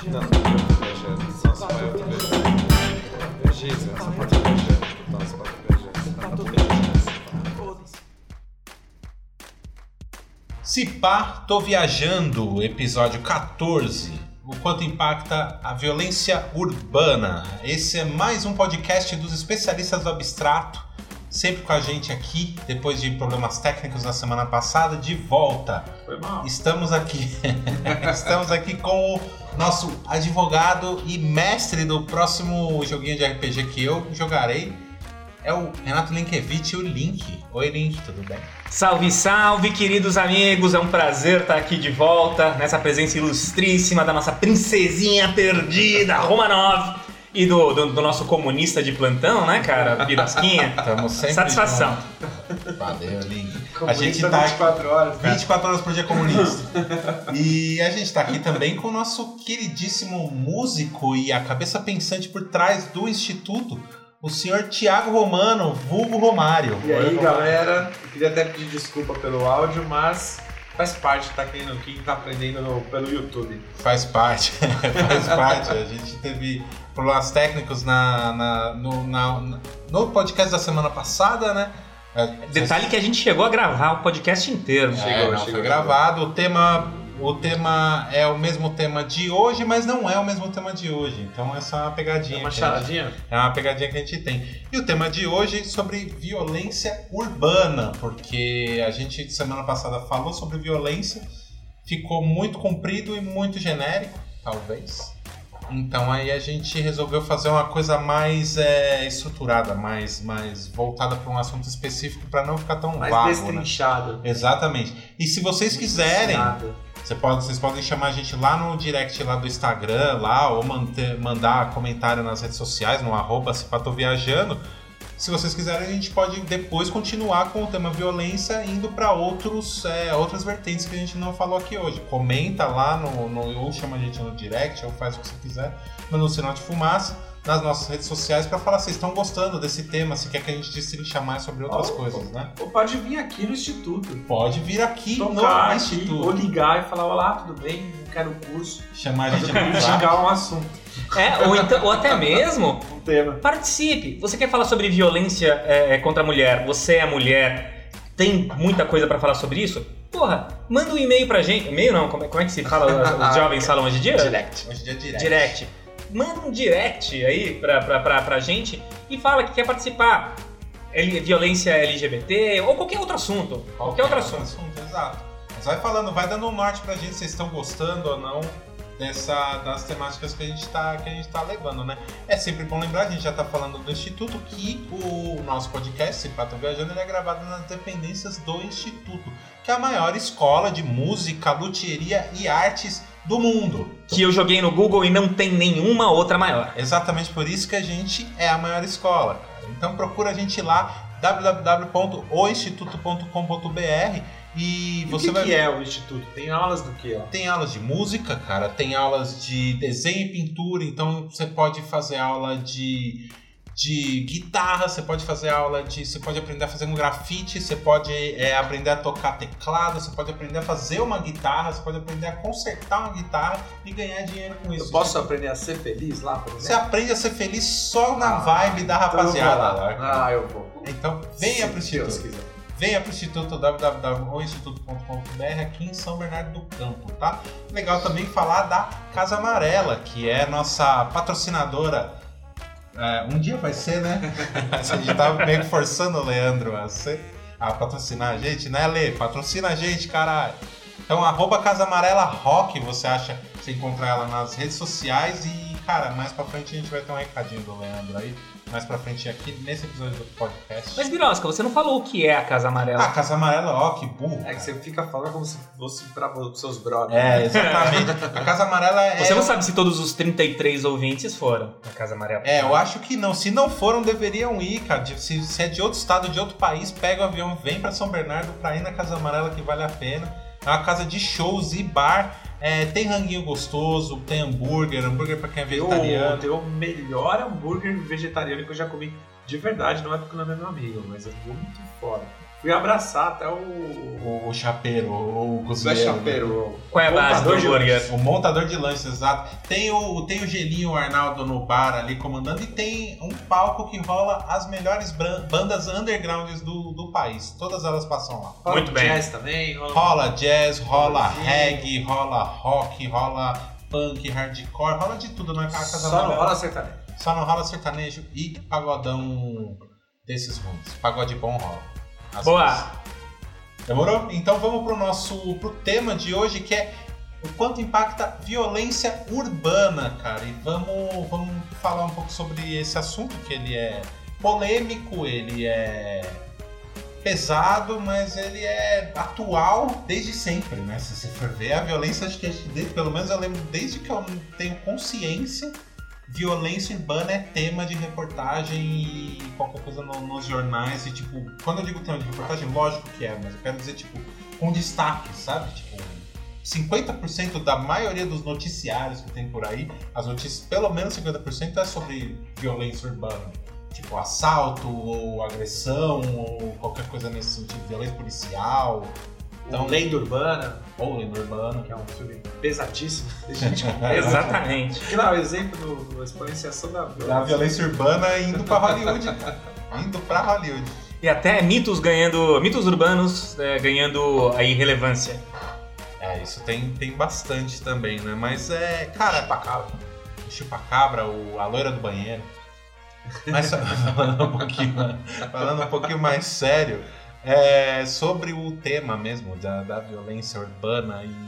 Não, não tô viajando. Só se vai eu tô viajando. Giza, só pode estar viajando. Não, só pode viajando. Tá tudo viajando. Se pá, tô viajando, episódio 14. O quanto impacta a violência urbana. Esse é mais um podcast dos especialistas do abstrato. Sempre com a gente aqui, depois de problemas técnicos na semana passada, de volta. Foi mal. Estamos aqui com o nosso advogado e mestre do próximo joguinho de RPG que eu jogarei. É o Renato Linkevich, o Link. Oi, Link, tudo bem? Salve, salve, queridos amigos! É um prazer estar aqui de volta, nessa presença ilustríssima da nossa princesinha perdida, Romanov, e do nosso comunista de plantão, né, cara? Pirosquinha. Estamos sempre Satisfação. Valeu, Link. Comunista A gente tá 24 horas, cara. 24 horas por dia comunista. E a gente tá aqui também com o nosso queridíssimo músico e a cabeça pensante por trás do Instituto, o senhor Thiago Romano, vulgo Romário. E aí, Romário. galera, eu queria até pedir desculpa pelo áudio, mas faz parte, tá quem tá aprendendo pelo YouTube. Faz parte, faz parte. A gente teve problemas técnicos no podcast da semana passada, né? Detalhe que a gente chegou a gravar o podcast inteiro. Foi gravado. O tema é o mesmo tema de hoje, mas não é o mesmo tema de hoje. Então essa é uma pegadinha. É uma charadinha? É uma pegadinha que a gente tem. E o tema de hoje é sobre violência urbana, porque a gente semana passada falou sobre violência, ficou muito comprido e muito genérico, talvez. Então aí a gente resolveu fazer uma coisa mais estruturada, mais voltada para um assunto específico para não ficar tão Mais vago, destrinchado. né? Exatamente. E se vocês quiserem, vocês podem chamar a gente lá no direct lá do Instagram, lá, ou mandar comentário nas redes sociais, no @sepatoviajando. Se vocês quiserem, a gente pode depois continuar com o tema violência, indo para outras vertentes que a gente não falou aqui hoje. Comenta lá ou chama a gente no direct, ou faz o que você quiser, manda um sinal de fumaça nas nossas redes sociais para falar se vocês estão gostando desse tema, se quer que a gente destrinche mais sobre outras coisas, né? Ou pode vir aqui no Instituto. Pode vir aqui Tocar no aqui, Instituto. ou ligar e falar: olá, tudo bem? Não quero curso. Chamar a gente no WhatsApp. Xingar um assunto. Ou até mesmo, Um tema. participe. Você quer falar sobre violência contra a mulher? Você é mulher? Tem muita coisa pra falar sobre isso? Porra, manda um e-mail pra gente. E-mail não, como é que se fala? Os jovens falam hoje em dia? Direct. Hoje em dia é direct. Direct. Manda um direct aí pra gente e fala que quer participar. Violência LGBT ou qualquer outro assunto. Qualquer outro assunto. Exato. Mas vai falando, vai dando um norte pra gente se vocês estão gostando ou não das temáticas que a gente tá levando, né? É sempre bom lembrar, a gente já tá falando do Instituto, que o nosso podcast, Se Pá, Tô Viajando, ele é gravado nas dependências do Instituto, que é a maior escola de música, luthieria e artes do mundo. Que eu joguei no Google e não tem nenhuma outra maior. Exatamente por isso que a gente é a maior escola, cara. Então procura a gente lá, www.oinstituto.com.br. E você o que é o Instituto? Tem aulas do quê? Tem aulas de música, cara, tem aulas de desenho e pintura, então você pode fazer aula de guitarra, você pode aprender a fazer um grafite, você pode aprender a tocar teclado, você pode aprender a fazer uma guitarra, você pode aprender a consertar uma guitarra e ganhar dinheiro com isso. Eu posso aprender a ser feliz lá, por exemplo? Você aprende a ser feliz só na vibe da rapaziada lá, cara. Eu vou. Então venha pro Se Deus Instituto. quiser. Venha para o Instituto, www.instituto.com.br, aqui em São Bernardo do Campo, tá? Legal também falar da Casa Amarela, que é nossa patrocinadora. Um dia vai ser, né? A gente tá meio que forçando o Leandro a patrocinar a gente, né, Lê? Patrocina a gente, caralho! Então, @Casa Amarela Rock, você encontra ela nas redes sociais e, cara, mais pra frente a gente vai ter um recadinho do Leandro aí. Mais pra frente aqui nesse episódio do podcast. Mas, Birosca, você não falou o que é a Casa Amarela. A Casa Amarela, ó, que burro. É que você fica falando como se fosse pra seus brothers. É, exatamente. A Casa Amarela é... Você não sabe se todos os 33 ouvintes foram na Casa Amarela. Eu acho que não. Se não foram, deveriam ir, cara. Se é de outro estado, de outro país, pega o avião, vem pra São Bernardo pra ir na Casa Amarela, que vale a pena. É uma casa de shows e bar. Tem ranguinho gostoso, tem hambúrguer pra quem é vegetariano. Tem o melhor hambúrguer vegetariano que eu já comi De verdade, não é porque o nome é meu amigo, mas é muito foda. Fui abraçar até O chapeiro, o Não é cozinheiro. chapeiro. Qual é a base do hambúrguer? O montador de lanches, exato. Tem o Gelinho, o Arnaldo no bar ali comandando, e tem um palco que rola as melhores bandas undergrounds do país. Todas elas passam lá. Rola Muito bem. Jazz também. Rola jazz, rola Sim. reggae, rola rock, rola punk, hardcore, rola de tudo, não é casa Só não rola sertanejo. Só não rola sertanejo e pagodão desses ruins. Pagode bom rola. Às Boa! vezes. Demorou? Então vamos pro tema de hoje, que é o quanto impacta violência urbana, cara. E vamos falar um pouco sobre esse assunto, que ele é polêmico, ele é pesado, mas ele é atual desde sempre, né? Se você for ver, a violência, acho que pelo menos eu lembro desde que eu tenho consciência, violência urbana é tema de reportagem e qualquer coisa nos jornais. E tipo, quando eu digo tema de reportagem, lógico que é, mas eu quero dizer, tipo, com destaque, sabe? Tipo, 50% da maioria dos noticiários que tem por aí, as notícias, pelo menos 50% é sobre violência urbana. Tipo, assalto, ou agressão, ou qualquer coisa nesse sentido, violência policial. Então, Lenda Urbana, Ou lenda urbana. que é um filme pesadíssimo. Gente, Exatamente. que lá, o exemplo do exponenciação da Da violência urbana indo pra Hollywood, cara. Indo pra Hollywood. E até mitos urbanos ganhando aí relevância. É, isso tem bastante também, né? Mas é, cara, o chupa-cabra, a loira do banheiro. Mas falando um pouquinho mais sério, sobre o tema mesmo da violência urbana e...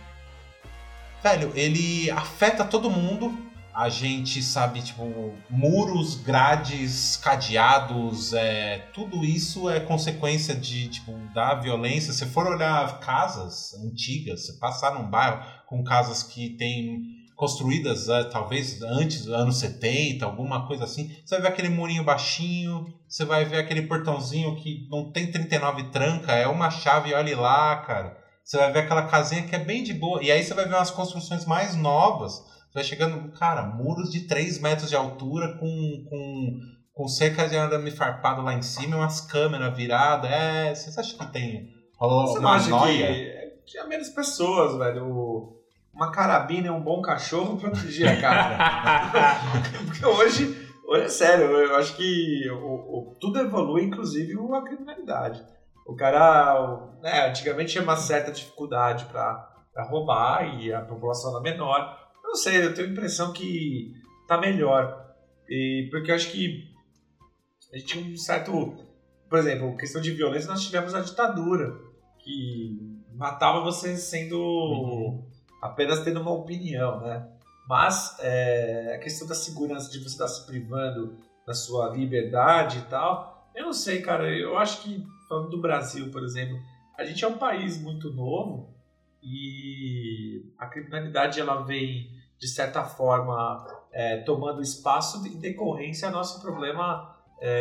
Velho, ele afeta todo mundo. A gente sabe, tipo, muros, grades, cadeados, tudo isso é consequência da violência. Se for olhar casas antigas, se passar num bairro com casas que tem construídas talvez antes dos anos 70, alguma coisa assim, você vai ver aquele murinho baixinho, você vai ver aquele portãozinho que não tem 39 tranca, é uma chave, olhe lá, cara. Você vai ver aquela casinha que é bem de boa. E aí você vai ver umas construções mais novas. Você vai chegando, cara, muros de 3 metros de altura com cerca de arame farpado lá em cima e umas câmeras viradas. Vocês acham que tem Você não uma acha noia? que há menos pessoas, velho? Uma carabina é um bom cachorro pra proteger a cara. Porque hoje é sério, eu acho que tudo evolui, inclusive a criminalidade. O cara, antigamente tinha uma certa dificuldade pra roubar e a população era menor. Eu não sei, eu tenho a impressão que tá melhor. Porque eu acho que a gente tinha um certo... Por exemplo, questão de violência, nós tivemos a ditadura, que matava você sendo... apenas tendo uma opinião, né? Mas a questão da segurança, de você estar se privando da sua liberdade e tal, eu não sei, cara. Eu acho que, falando do Brasil, por exemplo, a gente é um país muito novo e a criminalidade ela vem, de certa forma, tomando espaço em decorrência ao nosso problema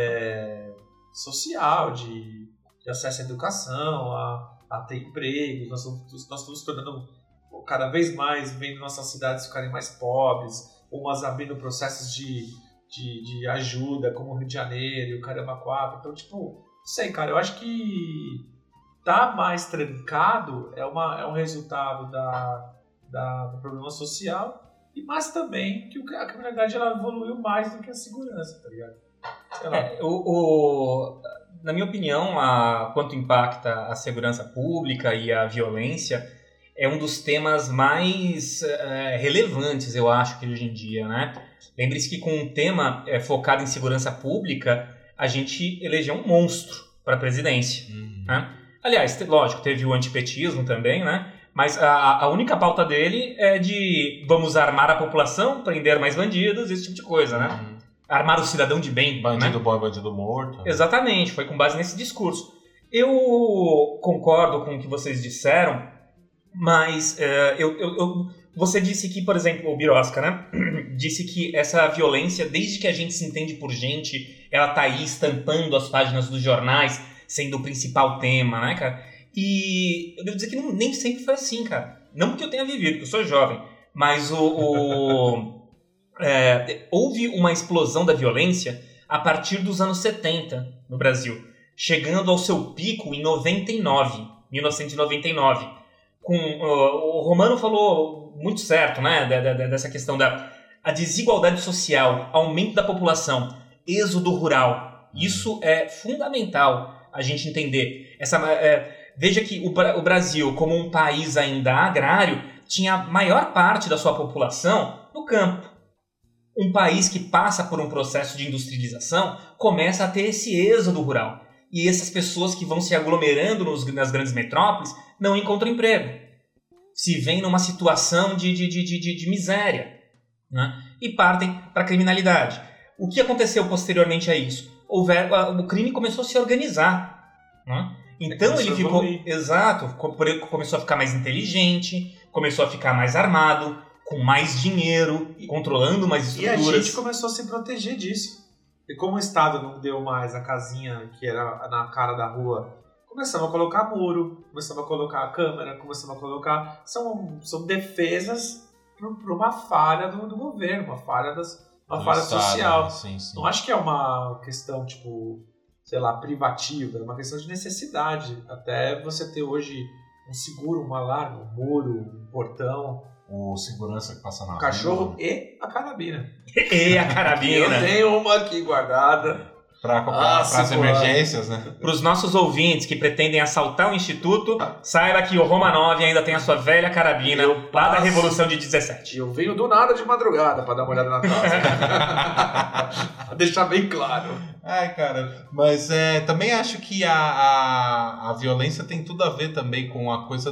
social, de acesso à educação, a ter empregos. Nós estamos tornando cada vez mais, vendo nossas cidades ficarem mais pobres, umas abrindo processos de ajuda, como o Rio de Janeiro e o Caramba 4. Então, tipo, não sei, cara, eu acho que tá mais trancado é um resultado do problema social, mas também que a criminalidade ela evoluiu mais do que a segurança, tá ligado? Sei lá. Na minha opinião, quanto impacta a segurança pública e a violência, é um dos temas mais relevantes, eu acho, que hoje em dia, né? Lembre-se que com um tema focado em segurança pública, a gente elegeu um monstro para a presidência. Né? Aliás, lógico, teve o antipetismo também, né? Mas a única pauta dele é de vamos armar a população, prender mais bandidos, esse tipo de coisa, né? Armar o cidadão de bem. Bandido né? bom é bandido morto. Exatamente, foi com base nesse discurso. Eu concordo com o que vocês disseram, mas você disse que, por exemplo, o Birosca, né? Disse que essa violência, desde que a gente se entende por gente, ela tá aí estampando as páginas dos jornais, sendo o principal tema, né, cara? E eu devo dizer que nem sempre foi assim, cara. Não porque eu tenha vivido, porque eu sou jovem, mas houve uma explosão da violência a partir dos anos 70 no Brasil, chegando ao seu pico em 1999. O Romano falou muito certo, né, dessa questão a desigualdade social, aumento da população, êxodo rural. Isso é fundamental a gente entender. Veja que o Brasil, como um país ainda agrário, tinha a maior parte da sua população no campo. Um país que passa por um processo de industrialização começa a ter esse êxodo rural. E essas pessoas que vão se aglomerando nas grandes metrópoles não encontram emprego. Se veem numa situação de miséria, né? E partem para a criminalidade. O que aconteceu posteriormente a isso? O crime começou a se organizar, né? Então ele ficou... Exato, começou a ficar mais inteligente, começou a ficar mais armado, com mais dinheiro, controlando mais estruturas. E a gente começou a se proteger disso. E como o Estado não deu mais a casinha que era na cara da rua, começamos a colocar muro, começamos a colocar câmera, começamos a colocar... São defesas para uma falha do governo, uma falha social. Sim. Não acho que é uma questão, sei lá, privativa, é uma questão de necessidade. Até você ter hoje um seguro, um alarme, um muro, um portão... O segurança que passa na rua. O cachorro e a carabina. E a carabina. Eu tenho uma aqui guardada. Para as emergências, né? Para os nossos ouvintes que pretendem assaltar o Instituto, saiba que o Romanov ainda tem a sua velha carabina lá da Revolução de 17. Eu venho do nada de madrugada para dar uma olhada na casa. Deixar bem claro. Ai, cara, mas também acho que a violência tem tudo a ver também com a coisa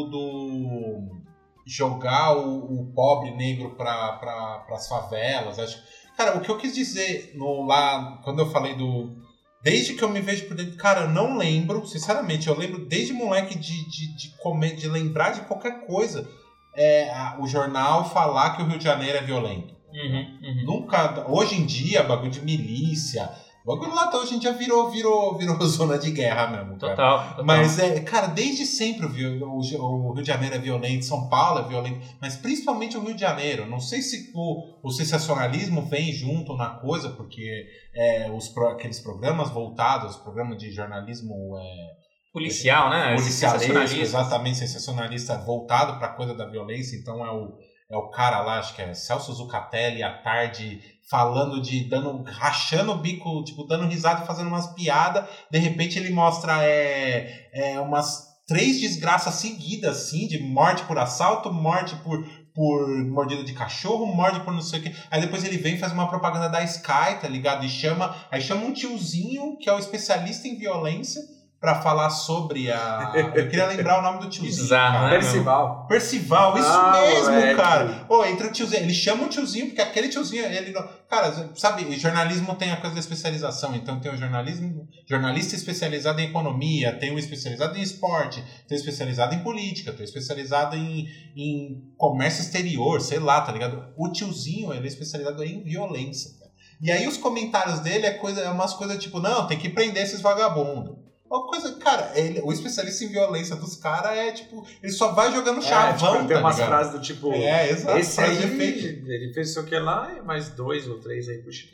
do jogar o pobre negro para as favelas. Acho, cara, o que eu quis dizer lá quando eu falei desde que eu me vejo por dentro, cara, eu não lembro, sinceramente, eu lembro desde moleque de lembrar de qualquer coisa, o jornal falar que o Rio de Janeiro é violento. Nunca, hoje em dia, bagulho de milícia. O bagulho lá hoje em dia virou zona de guerra mesmo, cara. Total. Mas, cara, desde sempre o Rio de Janeiro é violento, São Paulo é violento, mas principalmente o Rio de Janeiro. Não sei se o sensacionalismo vem junto na coisa, porque aqueles programas voltados, programas de jornalismo... policial, né? Policialesco, exatamente, sensacionalista voltado para a coisa da violência. Então é o cara lá, acho que é Celso Zucatelli, à tarde, falando rachando o bico, dando risada e fazendo umas piadas. De repente ele mostra umas 3 desgraças seguidas, assim, de morte por assalto, morte por mordida de cachorro, morte por não sei o que. Aí depois ele vem e faz uma propaganda da Sky, tá ligado? E chama um tiozinho que é o especialista em violência pra falar sobre eu queria lembrar o nome do tiozinho. Exato, Percival, isso mesmo, cara. Entra o tiozinho, ele chama o tiozinho, porque aquele tiozinho, ele não... Cara, sabe, jornalismo tem a coisa da especialização, então tem o jornalista especializado em economia, tem o especializado em esporte, tem o especializado em política, tem o especializado em comércio exterior, sei lá, tá ligado? O tiozinho, ele é especializado em violência, cara. E aí os comentários dele é umas coisas tipo, não, tem que prender esses vagabundos. Uma coisa, cara, o especialista em violência dos caras ele só vai jogando chavão, tem umas frases do tipo... exato. Esse aí, ele fez isso aqui lá e mais 2 ou 3 aí, puxa.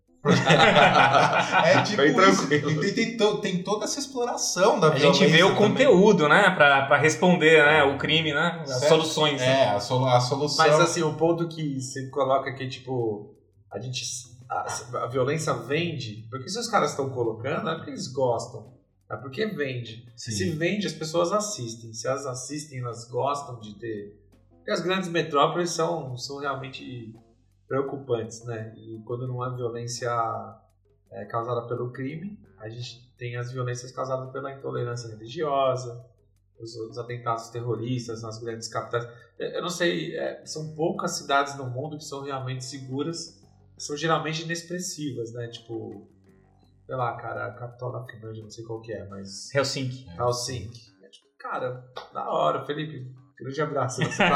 Bem tranquilo. E tem toda essa exploração da violência. A gente vê o conteúdo, né, pra responder, né, o crime, né, as soluções. Né? A solução. Mas assim, o ponto que você coloca aqui, a violência vende, porque se os caras estão colocando, é porque eles gostam. É porque vende. Sim. Se vende, as pessoas assistem. Se elas assistem, elas gostam de ter... Porque as grandes metrópoles são realmente preocupantes, né? E quando não há violência causada pelo crime, a gente tem as violências causadas pela intolerância religiosa, os atentados terroristas nas grandes capitais. Eu não sei, são poucas cidades no mundo que são realmente seguras, são geralmente inexpressivas, né? Sei lá, cara, a capital da Finlândia, não sei qual que é, mas... Helsinki. Cara, da hora, Felipe, grande abraço.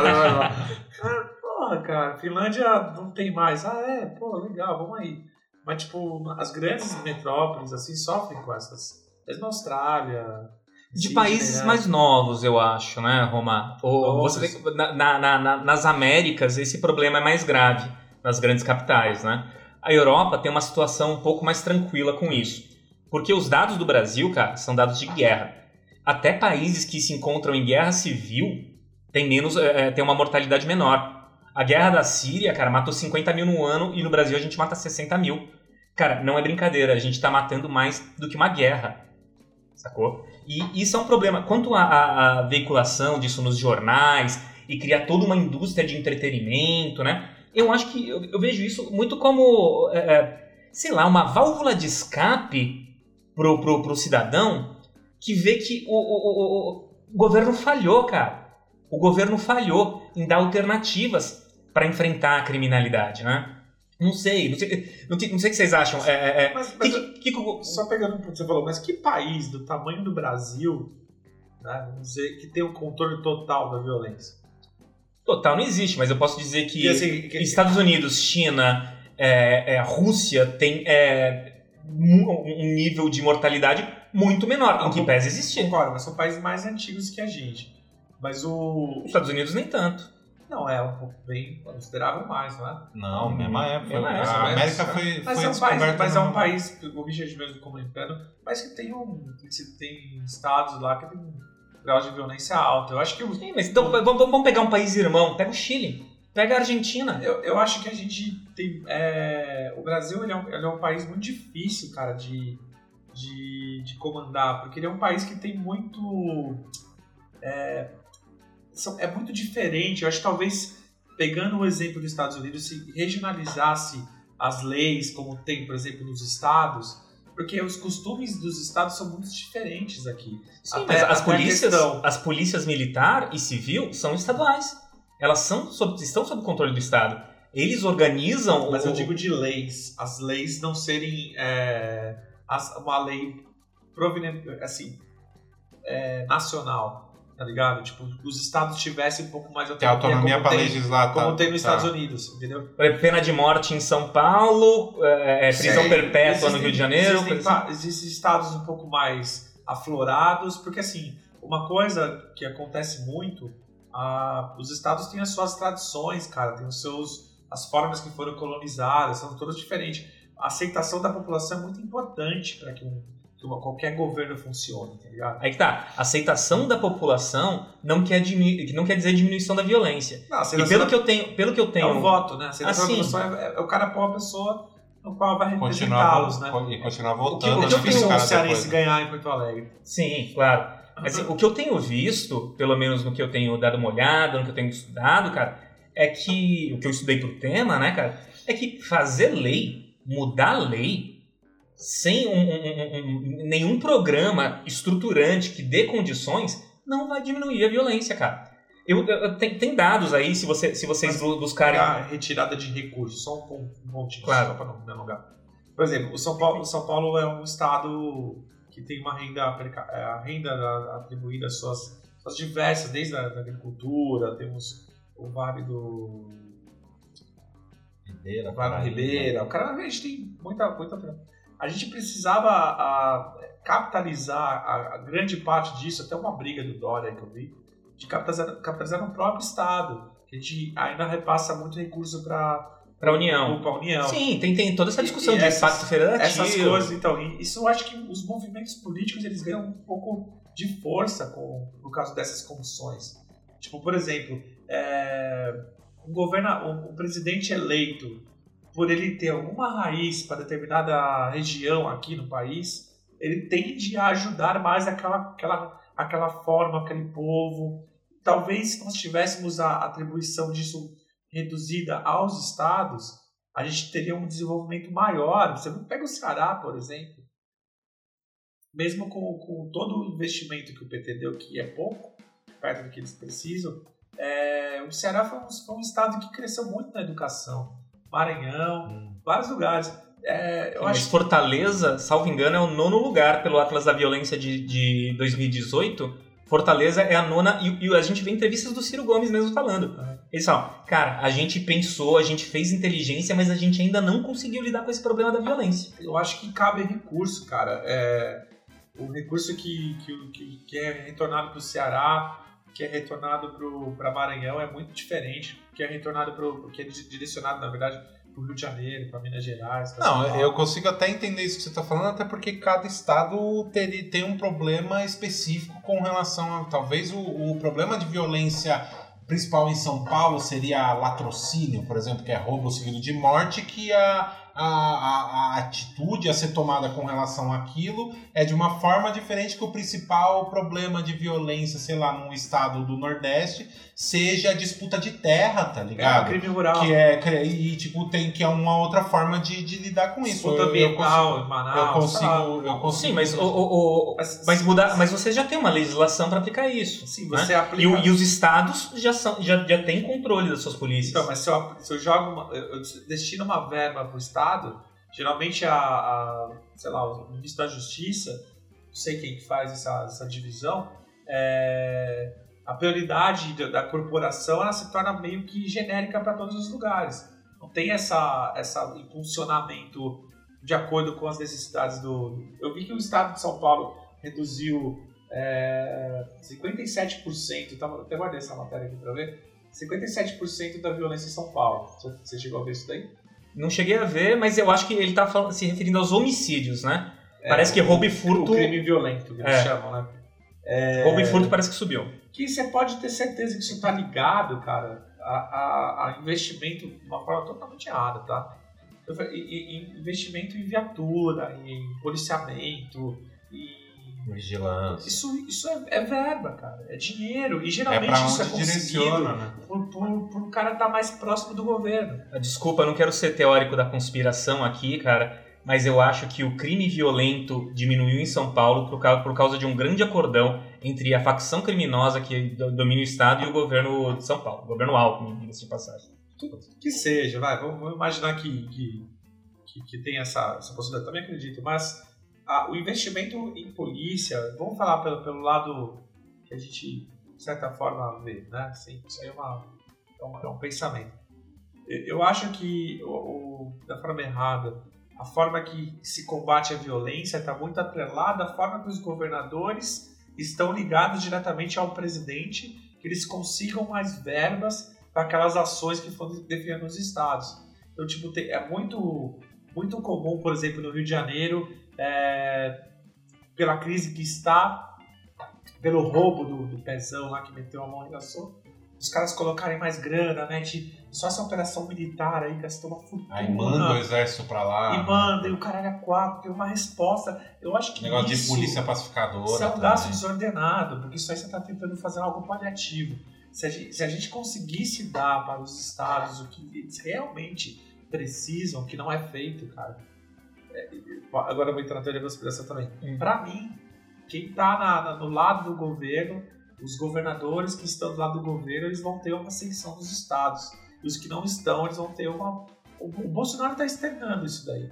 Cara, Finlândia não tem mais. Legal, vamos aí. Mas, as grandes metrópoles, assim, sofrem com essas. Mesmo na Austrália... De países mais novos, eu acho, né, Roma? Nas Américas, esse problema é mais grave, nas grandes capitais, né? A Europa tem uma situação um pouco mais tranquila com isso. Porque os dados do Brasil, cara, são dados de guerra. Até países que se encontram em guerra civil tem uma mortalidade menor. A guerra da Síria, cara, matou 50 mil no ano e no Brasil a gente mata 60 mil. Cara, não é brincadeira, a gente tá matando mais do que uma guerra. Sacou? E isso é um problema. Quanto à veiculação disso nos jornais e criar toda uma indústria de entretenimento, né? Eu acho que eu vejo isso muito como, sei lá, uma válvula de escape pro cidadão que vê que o governo falhou, cara. O governo falhou em dar alternativas para enfrentar a criminalidade, né? Não sei o que vocês acham. Só pegando o que você falou, mas que país do tamanho do Brasil, né, vamos dizer, que tem o controle total da violência? Total não existe, mas eu posso dizer que assim, Estados Unidos, China, Rússia tem um nível de mortalidade muito menor, em que pese existir. Concordo, mas são países mais antigos que a gente. Mas os Estados Unidos nem tanto. Não, é um pouco bem considerável mais, não é? Não, mesma época. A América foi descoberta. Mas é um país, o Richard mesmo comentando, mas que tem estados lá que tem um grau de violência alto. Eu acho que Sim, mas então vamos pegar um país irmão. Pega o Chile, pega a Argentina. Eu acho que a gente tem... o Brasil ele é um país muito difícil, cara, de comandar, porque ele é um país que tem muito... É muito diferente. Eu acho que talvez, pegando o exemplo dos Estados Unidos, se regionalizasse as leis, como tem, por exemplo, nos estados, porque os costumes dos estados são muito diferentes aqui. Sim, mas as polícias militar e civil são estaduais. Elas estão sob controle do Estado. Eles organizam... Mas eu digo de leis. As leis não serem uma lei assim, nacional. Tá ligado? Tipo, os estados tivessem um pouco mais de autonomia para legislar. Como tem nos Estados Unidos, entendeu? Pena de morte em São Paulo, prisão perpétua no Rio de Janeiro. Existem estados um pouco mais aflorados, porque assim, uma coisa que acontece muito, os estados têm as suas tradições, cara, tem as formas que foram colonizadas, são todas diferentes. A aceitação da população é muito importante para que qualquer governo funcione, tá ligado? Aí que tá. Aceitação da população não quer dizer diminuição da violência. Não, e pelo que eu tenho... É o voto, né? Aceitação da população é o cara pôr uma pessoa no qual vai representá-los, né? E continuar votando. O que o cearense ganhar em Porto Alegre? Sim, claro. Mas o que eu tenho visto, pelo menos no que eu tenho dado uma olhada, no que eu tenho estudado, cara, é que... O que eu estudei pro tema, né, cara? É que fazer lei, mudar lei... sem nenhum programa estruturante que dê condições, não vai diminuir a violência, cara. Tem dados aí, se vocês buscarem... A retirada de recursos, só um pontinho, claro, só para não me alongar. Por exemplo, o São Paulo é um estado que tem uma renda atribuída às suas diversas, desde a agricultura, temos o Vale do... Ribeira. O cara, a gente tem muita... A gente precisava capitalizar a grande parte disso, até uma briga do Dória que eu vi, de capitalizar no próprio Estado, que a gente ainda repassa muito recurso para a União. Sim, tem toda essa discussão de pacto federativo. Essas coisas, então, isso eu acho que os movimentos políticos eles ganham um pouco de força por causa dessas comissões. Tipo, por exemplo, o presidente eleito, por ele ter alguma raiz para determinada região aqui no país, ele tende a ajudar mais aquela forma, aquele povo. Talvez se nós tivéssemos a atribuição disso reduzida aos estados, a gente teria um desenvolvimento maior. Você pega o Ceará, por exemplo, mesmo com todo o investimento que o PT deu, que é pouco, perto do que eles precisam, o Ceará foi um estado que cresceu muito na educação. Maranhão, vários lugares. Mas Fortaleza, salvo engano, é o 9º lugar pelo Atlas da Violência de 2018. Fortaleza é a 9ª, e a gente vê entrevistas do Ciro Gomes mesmo falando. Eles falam, cara, a gente pensou, a gente fez inteligência, mas a gente ainda não conseguiu lidar com esse problema da violência. Eu acho que cabe recurso, cara. O recurso que é retornado para o Ceará, que é retornado para Maranhão é muito diferente, que é retornado que é direcionado, na verdade, pro Rio de Janeiro, pra Minas Gerais, pra Não, São Paulo. eu consigo até entender isso que você está falando, até porque cada estado tem um problema específico com relação a... Talvez o problema de violência principal em São Paulo seria latrocínio, por exemplo, que é roubo seguido de morte, que a atitude a ser tomada com relação àquilo é de uma forma diferente que o principal problema de violência, sei lá, num estado do Nordeste, seja a disputa de terra, tá ligado? Crime rural. Que é uma outra forma de lidar com isso. Disputa ambiental em Manaus. Eu consigo. Sim, mas você já tem uma legislação para aplicar isso. Sim, você né? aplica. E os estados já têm controle das suas polícias. Então, mas se eu jogo eu destino uma verba pro estado, geralmente sei lá, o ministro da Justiça, não sei quem que faz essa divisão, a prioridade da corporação ela se torna meio que genérica para todos os lugares. Não tem essa impulsionamento de acordo com as necessidades do... Eu vi que o estado de São Paulo reduziu 57%, até guardei essa matéria aqui para ver, 57% da violência em São Paulo. Você chegou a ver isso daí? Não cheguei a ver, mas eu acho que ele está se referindo aos homicídios, né? Parece que roubo e furto... O crime violento, que eles chamam, né? Roubo e furto parece que subiu. Que você pode ter certeza que isso está ligado, cara, a investimento de uma forma totalmente errada, tá? Investimento em viatura, em policiamento, em... Vigilância. Isso é verba, cara. É dinheiro. E geralmente isso é conseguido, né? por um cara estar mais próximo do governo. Desculpa, eu não quero ser teórico da conspiração aqui, cara, mas eu acho que o crime violento diminuiu em São Paulo por causa de um grande acordão entre a facção criminosa que domina o Estado e o governo de São Paulo. O governo Alckmin, diga-se de passagem. Que seja, vai. Vamos imaginar que tem essa possibilidade. Eu também acredito, mas... o investimento em polícia, vamos falar pelo lado que a gente, de certa forma, vê, né? Assim, isso aí é um pensamento. Eu acho que, da forma errada, a forma que se combate a violência está muito atrelada à forma que os governadores estão ligados diretamente ao presidente, que eles consigam mais verbas para aquelas ações que foram definidas nos estados. Então, tipo, é muito, muito comum, por exemplo, no Rio de Janeiro, pela crise que está, pelo roubo do pezão lá que meteu a mão e gastou, os caras colocarem mais grana, só essa operação militar aí gastou uma fortuna. Aí manda o exército pra lá. E manda, e o caralho é 4, tem uma resposta. Eu acho que negócio de polícia pacificadora. Isso é um gasto desordenado, porque isso aí você está tentando fazer algo paliativo. Se a gente conseguisse dar para os estados o que eles realmente precisam, que não é feito, cara. Agora eu vou entrar na teoria da conspiração também. Para mim, quem tá no lado do governo, os governadores que estão do lado do governo, eles vão ter uma ascensão dos estados. E os que não estão, eles vão ter uma... O Bolsonaro está externando isso daí.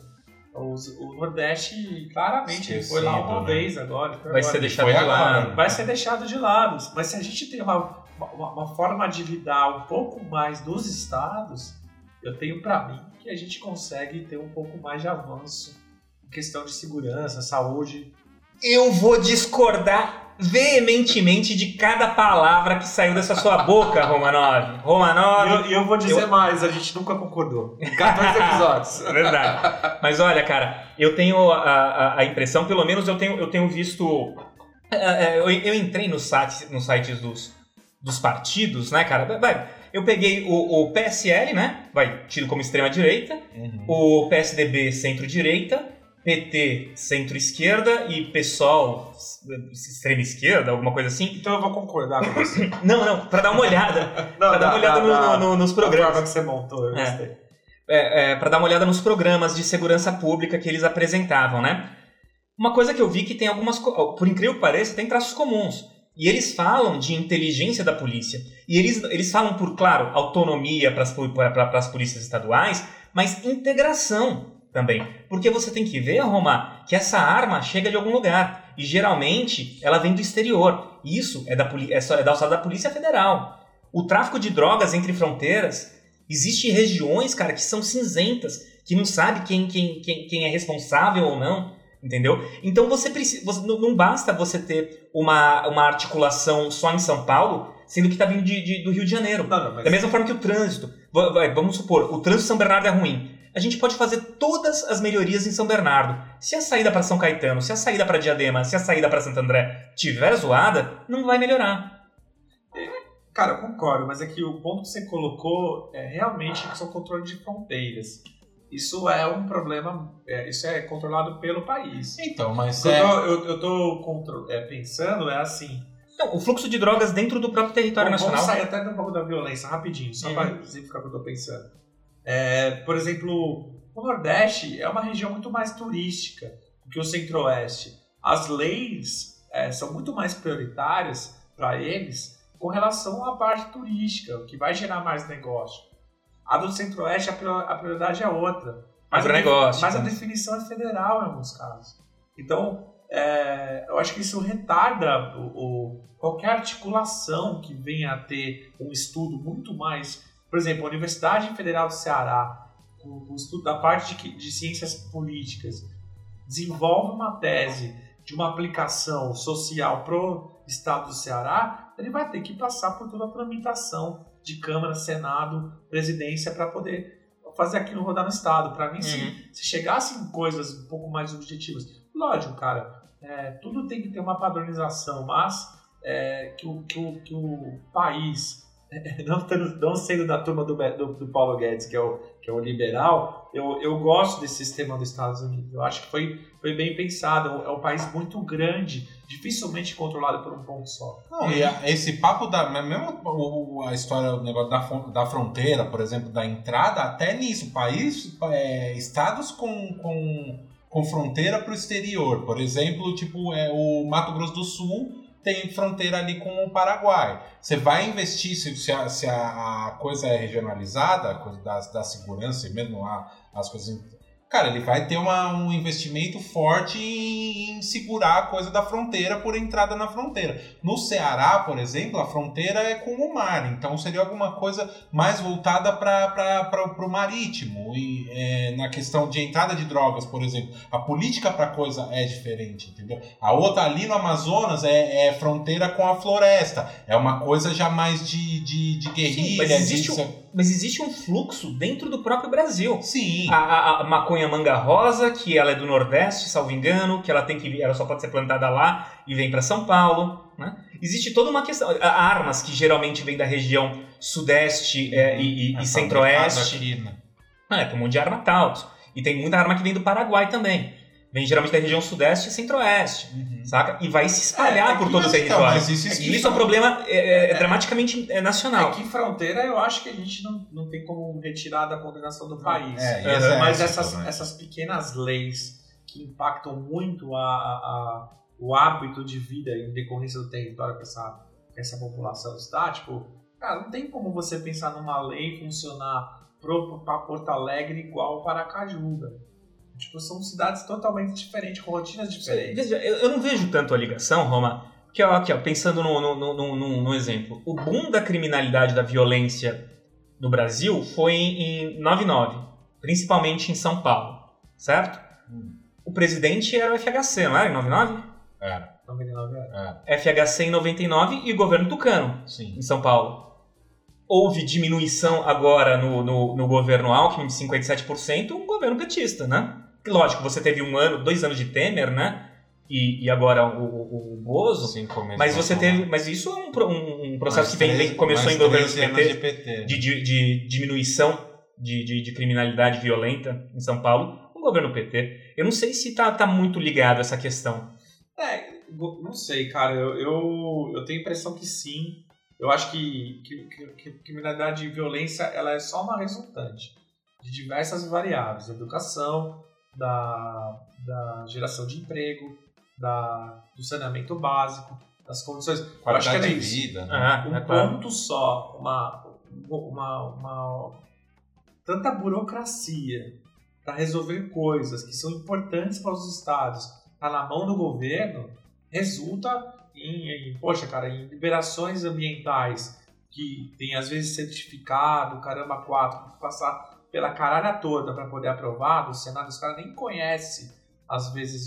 O Nordeste, claramente, ele foi lá uma vez agora. Vai ser deixado de lado. Vai ser deixado de lado. Mas se a gente tem uma forma de lidar um pouco mais dos estados, eu tenho para mim que a gente consegue ter um pouco mais de avanço em questão de segurança, saúde. Eu vou discordar veementemente de cada palavra que saiu dessa sua boca, Romanov. E eu vou dizer mais, a gente nunca concordou. Em 14 episódios. Verdade. Mas olha, cara, eu tenho a impressão, pelo menos eu tenho visto... Eu entrei nos sites dos partidos, né, cara? Eu peguei o PSL, né? Tido como extrema-direita, o PSDB centro-direita, PT centro-esquerda e PSOL extrema-esquerda, alguma coisa assim. Então eu vou concordar com você. Não, pra dar uma olhada. Pra dar uma olhada nos programas. A forma que você montou, eu gostei. Pra dar uma olhada nos programas de segurança pública que eles apresentavam, né? Uma coisa que eu vi que tem algumas... Por incrível que pareça, tem traços comuns. E eles falam de inteligência da polícia. E eles falam por, claro, autonomia para as polícias estaduais, mas integração também. Porque você tem que ver, Roma, que essa arma chega de algum lugar. E geralmente ela vem do exterior. Isso é da alçada da Polícia Federal. O tráfico de drogas entre fronteiras, existem regiões, cara, que são cinzentas, que não sabe quem é responsável ou não. Entendeu? Então não basta você ter uma articulação só em São Paulo, sendo que está vindo do Rio de Janeiro. Não, mas... Da mesma forma que o trânsito. Vamos supor, o trânsito de São Bernardo é ruim. A gente pode fazer todas as melhorias em São Bernardo. Se a saída para São Caetano, se a saída para Diadema, se a saída para Santo André tiver zoada, não vai melhorar. Cara, eu concordo, mas é que o ponto que você colocou é realmente que são controle de fronteiras. Isso é um problema, isso é controlado pelo país. Então, mas eu tô pensando, é assim... Então, o fluxo de drogas dentro do próprio território nacional... Vamos sair até um pouco da violência, rapidinho, só para exemplificar o que eu tô pensando. Por exemplo, o Nordeste é uma região muito mais turística do que o Centro-Oeste. As leis são muito mais prioritárias para eles com relação à parte turística, o que vai gerar mais negócio. A do Centro-Oeste, a prioridade é outra. Mas a definição é federal em alguns casos. Então, eu acho que isso retarda qualquer articulação que venha a ter um estudo muito mais... Por exemplo, a Universidade Federal do Ceará, o estudo da parte de ciências políticas, desenvolve uma tese de uma aplicação social para o estado do Ceará, ele vai ter que passar por toda a tramitação de Câmara, Senado, Presidência para poder fazer aquilo rodar no Estado. Para mim, se chegassem coisas um pouco mais objetivas, lógico, cara, tudo tem que ter uma padronização, mas que o país, não sendo da turma do Paulo Guedes, que é o liberal, eu gosto desse sistema dos Estados Unidos. Eu acho que foi bem pensado. É um país muito grande, dificilmente controlado por um ponto só. Não, e esse papo mesmo a história, o negócio da fronteira, por exemplo, da entrada, até nisso, estados com fronteira para o exterior. Por exemplo, tipo, o Mato Grosso do Sul tem fronteira ali com o Paraguai. Você vai investir, se a coisa é regionalizada, a coisa da segurança, mesmo as coisas... Cara, ele vai ter um investimento forte em segurar a coisa da fronteira por entrada na fronteira. No Ceará, por exemplo, a fronteira é com o mar, então seria alguma coisa mais voltada para o marítimo. E na questão de entrada de drogas, por exemplo, a política para a coisa é diferente, entendeu? A outra ali no Amazonas é fronteira com a floresta, é uma coisa já mais de guerrilha. Sim, mas existe um fluxo dentro do próprio Brasil. Sim. A maconha manga rosa, que ela é do Nordeste, salvo engano, que ela só pode ser plantada lá e vem para São Paulo, né? Existe toda uma questão. Armas que geralmente vêm da região Sudeste e Centro-Oeste. Aqui, né? Tem um monte de arma Taurus. E tem muita arma que vem do Paraguai também. Vem geralmente da região Sudeste e Centro-Oeste, saca? E vai se espalhar por todo o território. Mas isso é um problema dramaticamente nacional. Que fronteira eu acho que a gente não tem como retirar da coordenação do país. Mas essas pequenas leis que impactam muito o hábito de vida em decorrência do território que essa população está, tipo, cara, não tem como você pensar numa lei funcionar para Porto Alegre igual para Aracaju, velho. Tipo, são cidades totalmente diferentes, com rotinas diferentes. Veja, eu não vejo tanto a ligação, Roma, porque aqui, pensando num exemplo. O boom da criminalidade, da violência no Brasil foi em 99, principalmente em São Paulo, certo? O presidente era o FHC, não era em 99? Era. 99 era. FHC em 99 e o governo Tucano, sim, em São Paulo. Houve diminuição agora no governo Alckmin de 57%, um governo petista, né? Lógico, você teve 2 anos de Temer, né? E agora o Bozo. Sim, mas você teve. Mas isso é um processo que começou em governos PT, de diminuição de criminalidade violenta em São Paulo, o governo PT. Eu não sei se tá muito ligado a essa questão. Não sei, cara. Eu tenho a impressão que sim. Eu acho que criminalidade e violência ela é só uma resultante de diversas variáveis. Educação, da geração de emprego, do saneamento básico, das condições... Qualidade de vida. Né? Ponto só, tanta burocracia para resolver coisas que são importantes para os estados, tá na mão do governo, resulta em liberações ambientais que tem às vezes certificado, caramba 4, passar pela caralha toda para poder aprovar, o Senado, os caras nem conhecem às vezes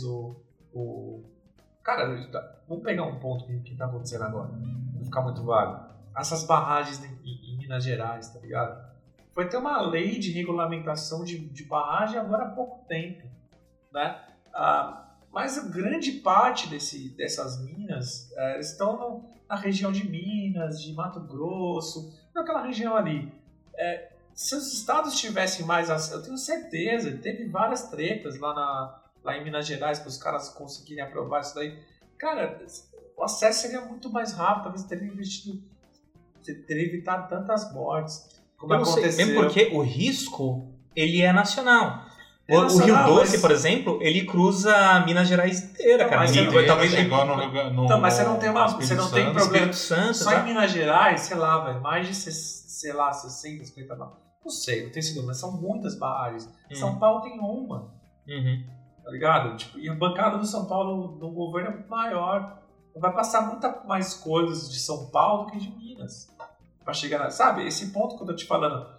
Cara, vamos pegar um ponto que tá acontecendo agora, não ficar muito vago. Essas barragens em Minas Gerais, tá ligado? foi ter uma lei de regulamentação de barragem agora há pouco tempo, né? Mas a grande parte dessas minas estão na região de Minas, de Mato Grosso, naquela região ali. Se os estados tivessem mais acesso, eu tenho certeza, teve várias tretas lá em Minas Gerais para os caras conseguirem aprovar isso daí. Cara, o acesso seria muito mais rápido, talvez teria evitado tantas mortes. Como aconteceu. Mesmo porque o risco, ele é nacional. O Rio Doce, por exemplo, ele cruza Minas Gerais inteira, cara. Talvez chegou no então, mas você não tem problema. Santo, só em Minas Gerais, sei lá, velho, mais de 60, 50 não sei, não tenho certeza, mas são muitas barragens. São Paulo tem uma. Tá ligado? Tipo, e a bancada do São Paulo no governo é muito maior. Vai passar muita mais coisas de São Paulo do que de Minas. Pra chegar sabe, esse ponto que eu tô te falando,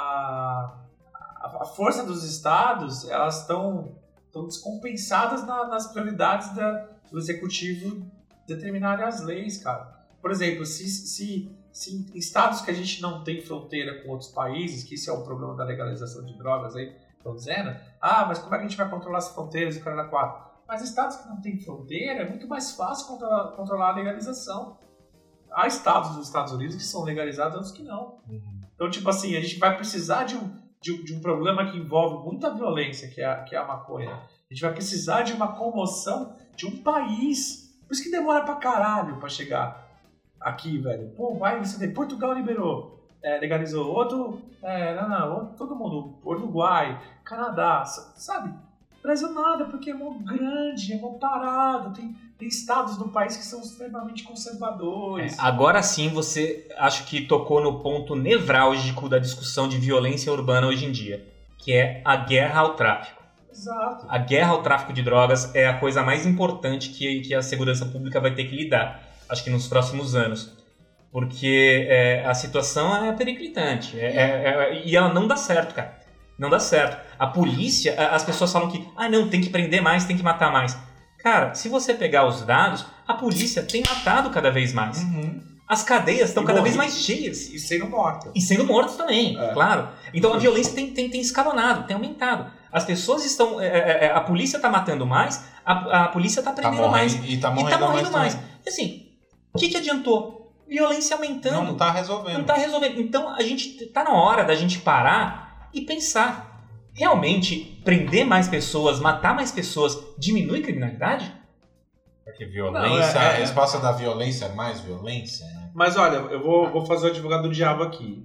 a força dos estados, elas estão descompensadas nas prioridades do executivo determinarem as leis, cara. Por exemplo, se em estados que a gente não tem fronteira com outros países, que isso é o problema da legalização de drogas aí, estão dizendo, mas como é que a gente vai controlar as fronteiras e o cara 4? Mas estados que não têm fronteira, é muito mais fácil controlar a legalização. Há estados dos Estados Unidos que são legalizados, outros que não. Então, tipo assim, a gente vai precisar de um problema que envolve muita violência, que é a maconha. A gente vai precisar de uma comoção de um país. Por isso que demora pra caralho pra chegar aqui, velho. Pô, você vê, Portugal liberou, legalizou. Outro, todo mundo, Uruguai, Canadá, sabe? Brasil nada, porque é muito grande, é muito parado, tem estados no país que são extremamente conservadores. Agora sim você acho que tocou no ponto nevrálgico da discussão de violência urbana hoje em dia, que é a guerra ao tráfico. Exato. A guerra ao tráfico de drogas é a coisa mais importante que a segurança pública vai ter que lidar, acho que nos próximos anos. Porque a situação é periclitante e ela não dá certo, cara. Não dá certo. A polícia, as pessoas falam que não, tem que prender mais, tem que matar mais. Cara, se você pegar os dados, a polícia tem matado cada vez mais. As cadeias estão cada vez mais cheias. E sendo mortos. E sendo mortos também, claro. Então a violência tem escalonado, tem aumentado. As pessoas estão... a polícia está matando mais, a polícia está prendendo mais. E está morrendo mais. E assim, o que adiantou? Violência aumentando. Não está resolvendo. Então a gente está na hora da gente parar e pensar, realmente prender mais pessoas, matar mais pessoas, diminui criminalidade? Porque violência, a resposta da violência é mais violência, né? Mas olha, eu vou fazer o advogado do diabo aqui.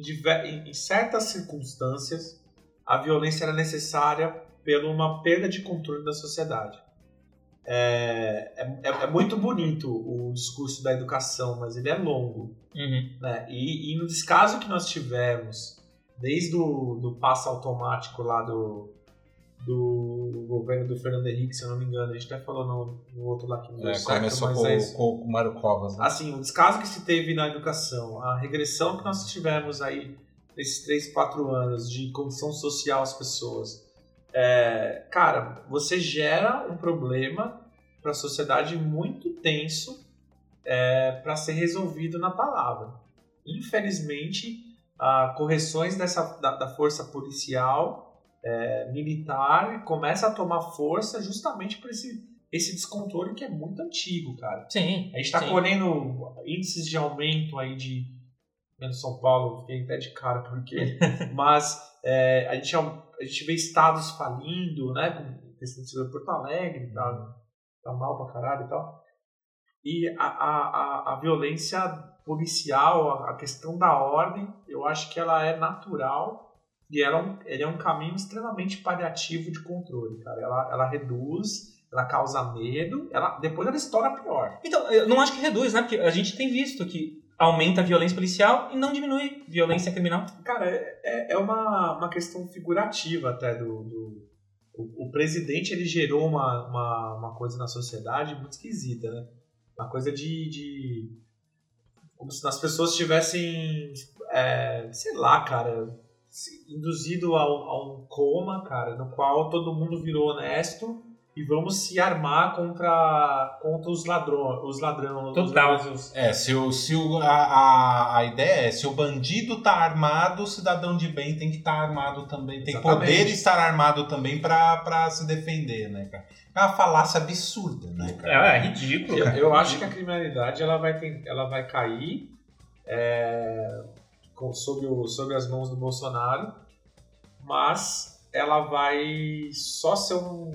Em certas circunstâncias, a violência era necessária pela uma perda de controle da sociedade. É muito bonito o discurso da educação, mas ele é longo. Né? E no descaso que nós tivemos, desde do passo automático lá do governo do Fernando Henrique, se eu não me engano, a gente até falou no outro lá que não deu certo, começou com o Mário Covas, né? Assim, o descaso que se teve na educação, a regressão que nós tivemos aí nesses 3, 4 anos de condição social às pessoas, cara, você gera um problema para a sociedade muito tenso para ser resolvido na palavra. Infelizmente, correções da força policial, militar, começa a tomar força justamente por esse descontrole que é muito antigo, cara. Sim. A gente está colhendo índices de aumento aí de... No São Paulo, fiquei até de cara porque... Mas a gente vê estados falindo, né? Com questão de Porto Alegre, tá mal pra caralho e tal. E a violência policial, a questão da ordem, eu acho que ela é natural e ele é um caminho extremamente paliativo de controle, cara. Ela reduz, ela causa medo, depois ela estoura pior. Então, eu não acho que reduz, né? Porque a gente tem visto que aumenta a violência policial e não diminui a violência criminal. Cara, é uma questão figurativa até o presidente, ele gerou uma coisa na sociedade muito esquisita, né? Uma coisa de como se as pessoas tivessem, sei lá, cara, induzido a um coma, cara, no qual todo mundo virou honesto e vamos se armar contra os ladrões. Total. A ideia é, se o bandido tá armado, o cidadão de bem tem que estar armado também, tem que poder estar armado também pra se defender, né, cara? É uma falácia absurda, né, cara? É ridículo, cara. Eu acho que a criminalidade ela vai cair sob as mãos do Bolsonaro, mas ela vai só ser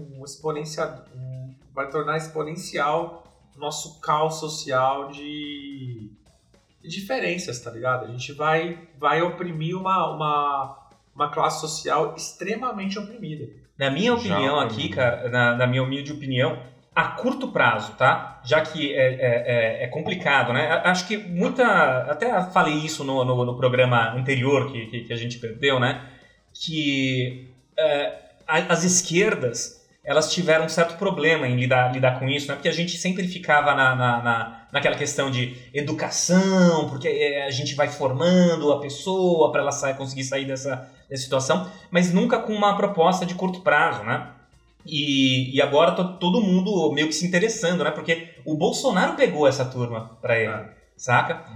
vai tornar exponencial nosso caos social de diferenças, tá ligado? A gente vai oprimir uma classe social extremamente oprimida. Na minha opinião aqui, cara, na minha humilde opinião, a curto prazo, tá? Já que é complicado, né? Acho que até falei isso no programa anterior que a gente perdeu, né? Que as esquerdas, elas tiveram um certo problema em lidar com isso, né? Porque a gente sempre ficava naquela questão de educação, porque a gente vai formando a pessoa para ela conseguir sair dessa situação, mas nunca com uma proposta de curto prazo, né? E agora todo mundo meio que se interessando, né? Porque o Bolsonaro pegou essa turma para ele, saca?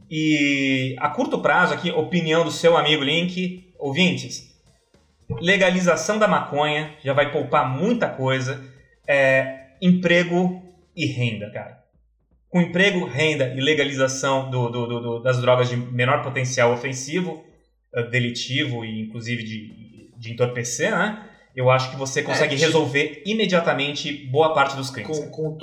E a curto prazo aqui, opinião do seu amigo Link, ouvintes, legalização da maconha já vai poupar muita coisa. Emprego e renda, cara. Com emprego, renda e legalização das drogas de menor potencial ofensivo, delitivo e inclusive de entorpecer, né? Eu acho que você consegue resolver imediatamente boa parte dos crimes. Com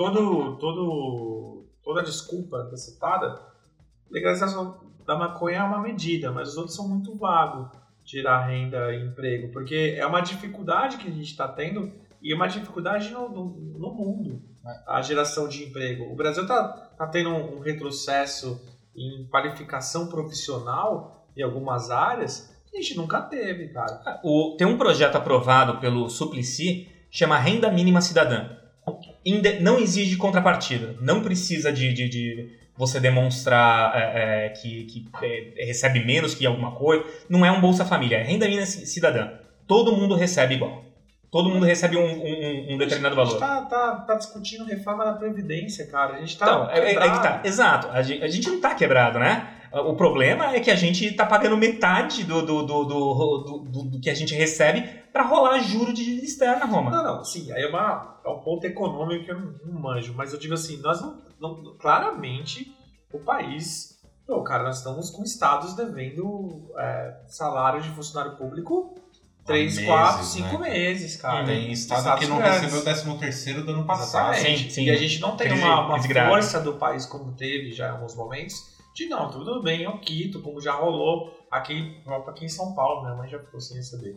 toda a desculpa antecipada, legalização da maconha é uma medida, mas os outros são muito vagos. Tirar renda e emprego, porque é uma dificuldade que a gente está tendo e uma dificuldade no mundo, a geração de emprego. O Brasil tá tendo um retrocesso em qualificação profissional em algumas áreas que a gente nunca teve, cara. Tem um projeto aprovado pelo Suplicy, chama Renda Mínima Cidadã. Não exige contrapartida, não precisa de você demonstrar que recebe menos que alguma coisa. Não é um Bolsa Família, é renda mínima cidadã. Todo mundo recebe igual. Todo mundo recebe um determinado valor. A gente tá discutindo reforma da Previdência, cara. A gente tá quebrado. Exato. A gente não tá quebrado, né? O problema é que a gente tá pagando metade do que a gente recebe para rolar juro de dívida externa, Roma. Não. Sim, aí é um ponto econômico que eu não manjo. Mas eu digo assim, nós não claramente, o país... cara, nós estamos com estados devendo salário de funcionário público 3, 4, 5 meses, cara. Tem estado que não recebeu o 13º do ano passado. Sim. E a gente não tem uma força do país como teve já em alguns momentos de não, tudo bem, eu quito, como já rolou aqui em São Paulo, minha mãe já ficou sem receber.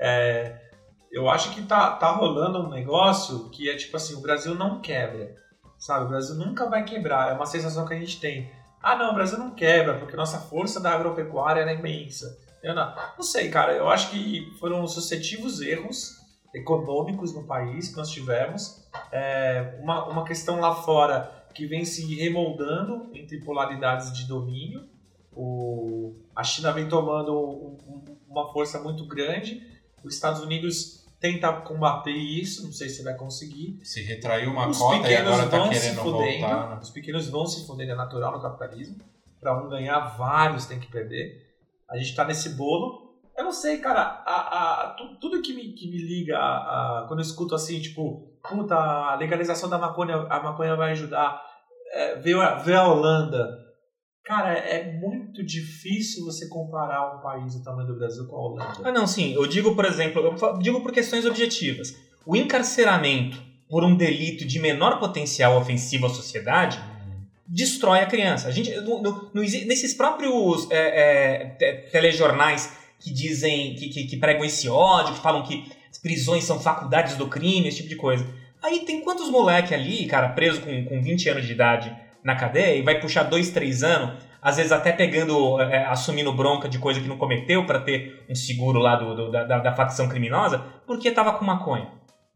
Eu acho que tá rolando um negócio que é tipo assim, o Brasil não quebra, sabe? O Brasil nunca vai quebrar, é uma sensação que a gente tem. Não, o Brasil não quebra, porque nossa força da agropecuária é imensa. Eu não sei, cara, eu acho que foram sucessivos erros econômicos no país que nós tivemos, uma questão lá fora que vem se remoldando entre polaridades de domínio. A China vem tomando uma força muito grande, os Estados Unidos tenta combater isso, não sei se vai conseguir. Se retraiu uma cota e agora está querendo voltar. Os pequenos vão se fudendo, é natural no capitalismo. Para um ganhar, vários tem que perder. A gente está nesse bolo. Eu não sei, cara, tudo que me liga, quando eu escuto assim, tipo, puta, a legalização da maconha, a maconha vai ajudar, ver a Holanda. Cara, é muito difícil você comparar um país do tamanho do Brasil com a Holanda. Não, sim, eu digo, por exemplo, por questões objetivas. O encarceramento por um delito de menor potencial ofensivo à sociedade destrói a criança. A gente, nesses próprios telejornais que dizem, que pregam esse ódio, que falam que as prisões são faculdades do crime, esse tipo de coisa. Aí tem quantos moleque ali, cara, preso com 20 anos de idade na cadeia e vai puxar 2, 3 anos, às vezes até assumindo bronca de coisa que não cometeu para ter um seguro lá da facção criminosa, porque tava com maconha.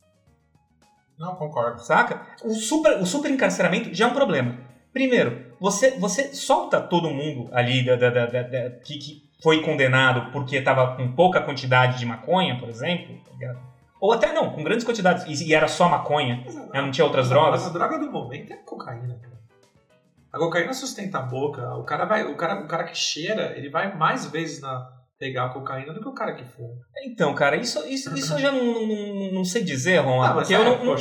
Não, concordo. Saca? O super encarceramento já é um problema. Primeiro, você solta todo mundo ali que foi condenado porque estava com pouca quantidade de maconha, por exemplo, tá ligado? Ou até não, com grandes quantidades. E era só maconha, não tinha outras drogas. Mas a droga do momento é a cocaína, cara. A cocaína sustenta a boca. O cara que cheira, ele vai mais vezes pegar a cocaína do que o cara que fuma. Então, cara, isso eu já não sei dizer, Ron. Porque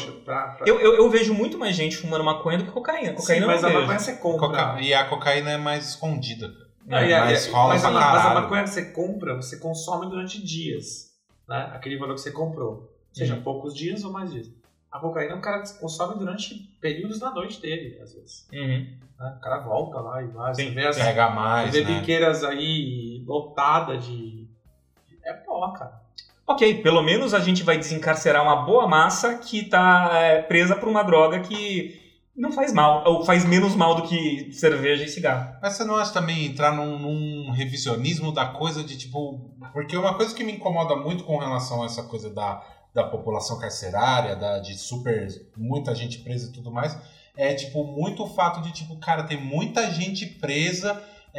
eu eu vejo muito mais gente fumando maconha do que cocaína. Cocaína mas eu a não maconha vejo. você compra. E a cocaína é mais escondida. Mas rola pra a caralho. maconha que você compra, você consome durante dias. Né? Aquele valor que você comprou. Seja poucos dias ou mais dias. A cocaína é um cara que consome durante períodos da noite dele, às vezes. Né? O cara volta lá e vai. Sim, você vê pega mais, você vê né? biqueiras aí lotadas de... É pó, cara. Ok, pelo menos a gente vai desencarcerar uma boa massa que tá presa por uma droga que não faz mal, ou faz menos mal do que cerveja e cigarro. Mas você não acha também entrar num revisionismo da coisa de tipo... Porque uma coisa que me incomoda muito com relação a essa coisa da população carcerária, de muita gente presa e tudo mais, é tipo muito o fato de tipo, cara, tem muita gente presa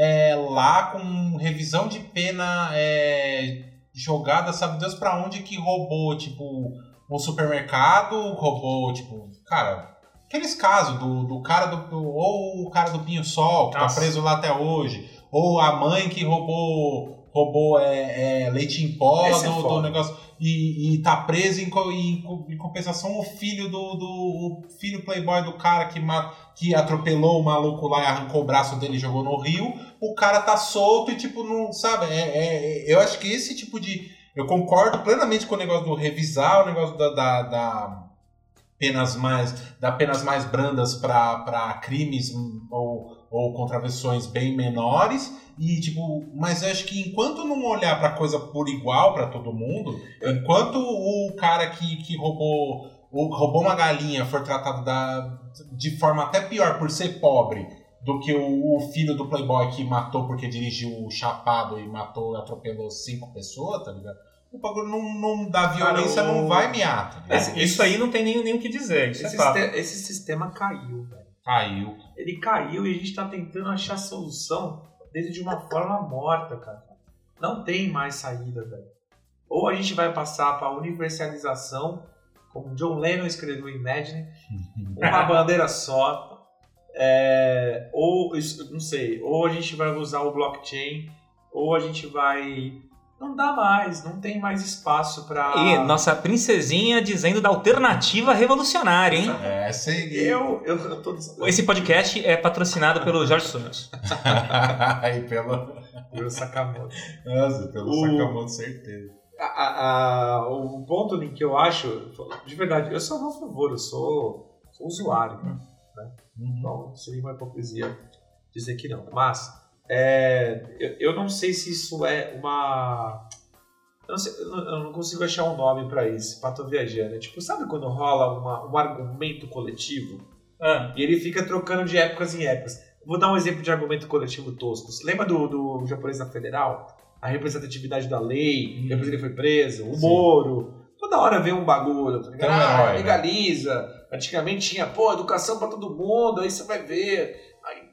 lá com revisão de pena jogada, sabe Deus pra onde, que roubou, tipo, um supermercado, roubou, tipo, cara... Aqueles casos do cara ou o cara do Pinho Sol, que tá preso lá até hoje, ou a mãe que roubou leite em pó do negócio e tá preso em compensação o filho o filho playboy do cara que atropelou o maluco lá e arrancou o braço dele e jogou no rio, o cara tá solto e tipo, não sabe, eu acho que esse tipo de... Eu concordo plenamente com o negócio do revisar, o negócio da penas mais brandas para crimes ou contravenções bem menores e tipo, mas eu acho que enquanto não olhar para coisa por igual para todo mundo, enquanto o cara que roubou uma galinha for tratado de forma até pior por ser pobre do que o filho do playboy que matou porque dirigiu chapado e atropelou 5 pessoas, tá ligado? O bagulho não da violência não vai miar. Tá isso aí não tem nem o que dizer. Esse sistema caiu, velho. Caiu. Ele caiu e a gente tá tentando achar solução dentro de uma forma morta, cara. Não tem mais saída, velho. Ou a gente vai passar pra universalização, como John Lennon escreveu em Imagine, uma bandeira só, ou, não sei, ou a gente vai usar o blockchain, ou a gente vai... Não dá mais, não tem mais espaço pra... E nossa princesinha dizendo da alternativa revolucionária, hein? Eu tô... Esse podcast é patrocinado pelo Jorge Soros. E pelo Sakamoto. Nossa, pelo Sakamoto, certeza. O ponto em que eu acho, de verdade, eu sou a favor, eu sou usuário, né? Então seria uma hipocrisia dizer que não, mas... eu não sei se isso é uma... Eu não consigo achar um nome pra isso, patoviajando. Tipo, sabe quando rola um argumento coletivo? E ele fica trocando de épocas em épocas. Vou dar um exemplo de argumento coletivo tosco. Você lembra do japonês da Federal? A representatividade da lei, depois ele foi preso, o Moro. Toda hora vem um bagulho, tá ligado? Legaliza. Antigamente tinha, educação pra todo mundo, aí você vai ver. Aí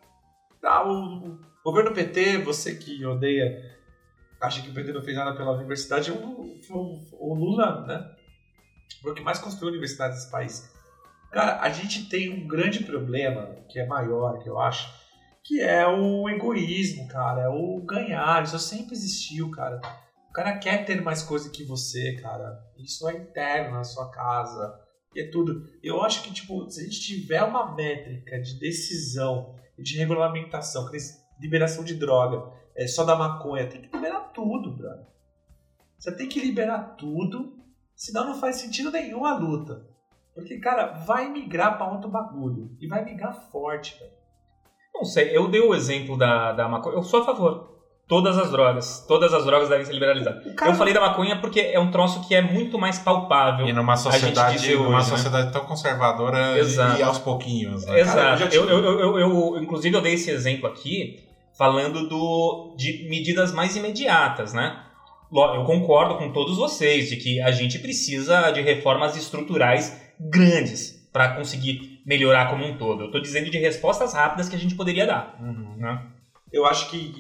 o governo PT, você que odeia, acha que o PT não fez nada pela universidade, o Lula, né? Foi o que mais construiu universidades desse país. Cara, a gente tem um grande problema, que é maior, que eu acho, que é o egoísmo, cara, é o ganhar. Isso sempre existiu, cara. O cara quer ter mais coisa que você, cara. Isso é interno na sua casa, e é tudo. Eu acho que, tipo, se a gente tiver uma métrica de decisão e de regulamentação, liberação de droga, só da maconha, tem que liberar tudo, brother. Você tem que liberar tudo, senão não faz sentido nenhum a luta. Porque, cara, vai migrar pra outro bagulho. E vai migrar forte, velho. Não sei, eu dei o exemplo da maconha. Eu sou a favor. Todas as drogas devem ser liberalizadas. Eu falei da maconha porque é um troço que é muito mais palpável. E numa sociedade tão conservadora e aos pouquinhos. Né? Exato. Inclusive, eu dei esse exemplo aqui falando de medidas mais imediatas, né? Eu concordo com todos vocês de que a gente precisa de reformas estruturais grandes para conseguir melhorar como um todo. Eu estou dizendo de respostas rápidas que a gente poderia dar. Né? Eu acho que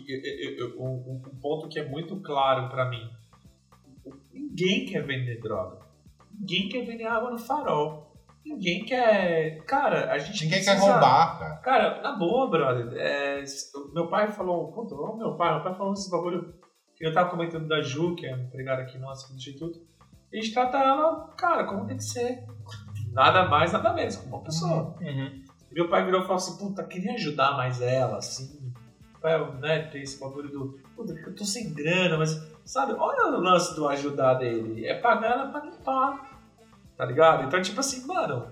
um ponto que é muito claro para mim: ninguém quer vender droga. ninguém quer vender água no farol. Ninguém quer... Cara, a gente Ninguém precisa... quer roubar, cara. Cara, na boa, brother. Meu pai falou... Puta, meu pai falou esse bagulho... Que eu tava comentando da Ju, que é uma empregada aqui nossa do Instituto. E a gente trata ela, cara, como tem que ser. Nada mais, nada menos, como uma pessoa. Uhum. Meu pai virou e falou assim, puta, queria ajudar mais ela, assim. Né, tem esse bagulho do... Puta, eu tô sem grana, mas... Sabe, olha o lance do ajudar dele. É pagar ela pra limpar. Tá ligado? Então, tipo assim, mano...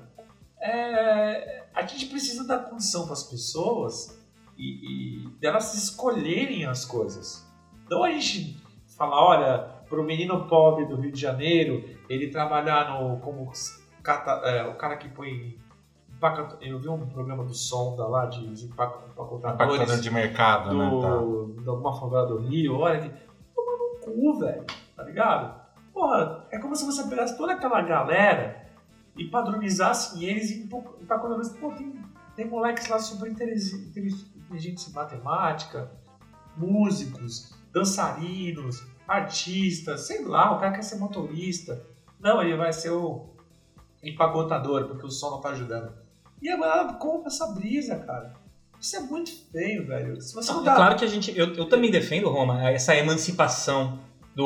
a gente precisa dar condição pras pessoas e delas escolherem as coisas. Não a gente falar, olha, pro menino pobre do Rio de Janeiro, ele trabalhar como o cara que põe... Eu vi um programa do Sonda lá, de empacotadores de mercado, né? De alguma favela do Rio, olha que... Toma no cu, velho, tá ligado? Porra, é como se você pegasse toda aquela galera e padronizasse eles em empacotadores. Pô, tem moleques lá super inteligentes em matemática, músicos, dançarinos, artistas, sei lá, o cara quer ser motorista. Não, ele vai ser o empacotador, porque o som não tá ajudando. E agora compra essa brisa, cara. Isso é muito feio, velho. Se você É claro que eu também defendo, Roma, essa emancipação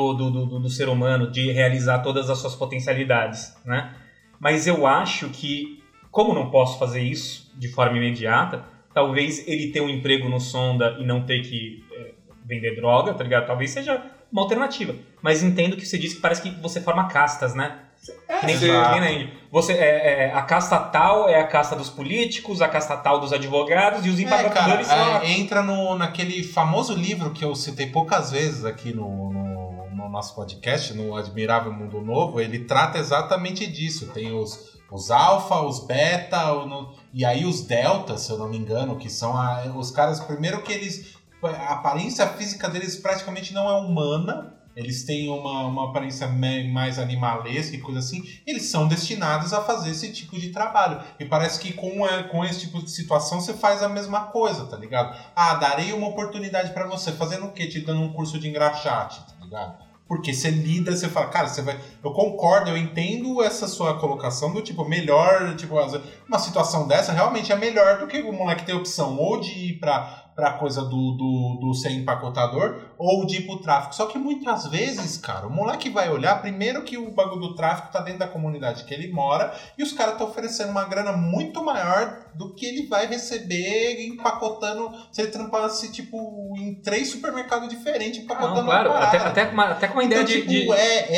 do ser humano, de realizar todas as suas potencialidades, né? Mas eu acho que, como não posso fazer isso de forma imediata, talvez ele ter um emprego no Sonda e não ter que vender droga, tá ligado? Talvez seja uma alternativa. Mas entendo que você disse que parece que você forma castas, né? Que nem você, a casta tal é a casta dos políticos, a casta tal dos advogados e os empacotadores são... Entra naquele famoso livro que eu citei poucas vezes aqui no nosso podcast, no Admirável Mundo Novo. Ele trata exatamente disso. Tem os alfa, os beta, e aí os delta, se eu não me engano, que são os caras, primeiro que eles... A aparência física deles praticamente não é humana. Eles têm uma aparência mais animalesca e coisa assim. Eles são destinados a fazer esse tipo de trabalho. E parece que com esse tipo de situação você faz a mesma coisa, tá ligado? Darei uma oportunidade pra você. Fazendo o quê? Te dando um curso de engraxate, tá ligado? Porque você lida, você fala, cara, você vai... Eu concordo, eu entendo essa sua colocação do tipo, melhor, tipo, uma situação dessa realmente é melhor do que o moleque ter opção ou de ir pra coisa do ser empacotador ou de ir pro tráfico. Só que muitas vezes, cara, o moleque vai olhar primeiro que o bagulho do tráfico tá dentro da comunidade que ele mora e os caras estão oferecendo uma grana muito maior do que ele vai receber empacotando, se ele trampasse, tipo, em 3 supermercados diferentes empacotando. Não, claro, até com uma ideia então, de... Tipo,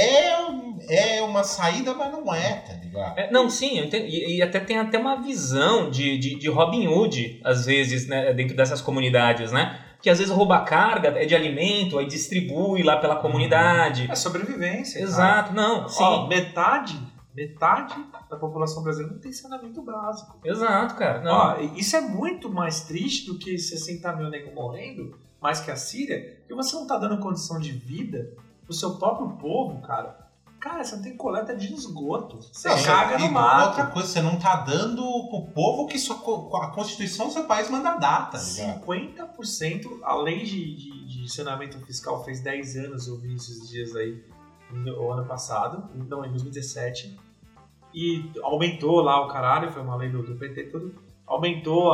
é uma saída, mas não tá ligado? Não, sim, eu entendo. E até tem uma visão de Robin Hood, às vezes, né, dentro dessas comunidades, né? Que às vezes rouba carga, é de alimento, aí distribui lá pela comunidade. É sobrevivência. Exato, cara. não, sim. Ó, metade da população brasileira não tem saneamento básico. Exato, cara. Não. Ó, isso é muito mais triste do que 60 mil negros morrendo, mais que a Síria, porque você não tá dando condição de vida pro seu próprio povo, cara. Cara, você não tem coleta de esgoto. Você caga no mato. Outra coisa, você não tá dando pro povo que a Constituição do seu país manda dar, tá ligado? 50%, a lei de saneamento fiscal fez 10 anos, eu vi esses dias aí, no ano passado, então em 2017, e aumentou lá o caralho, foi uma lei do PT, tudo, aumentou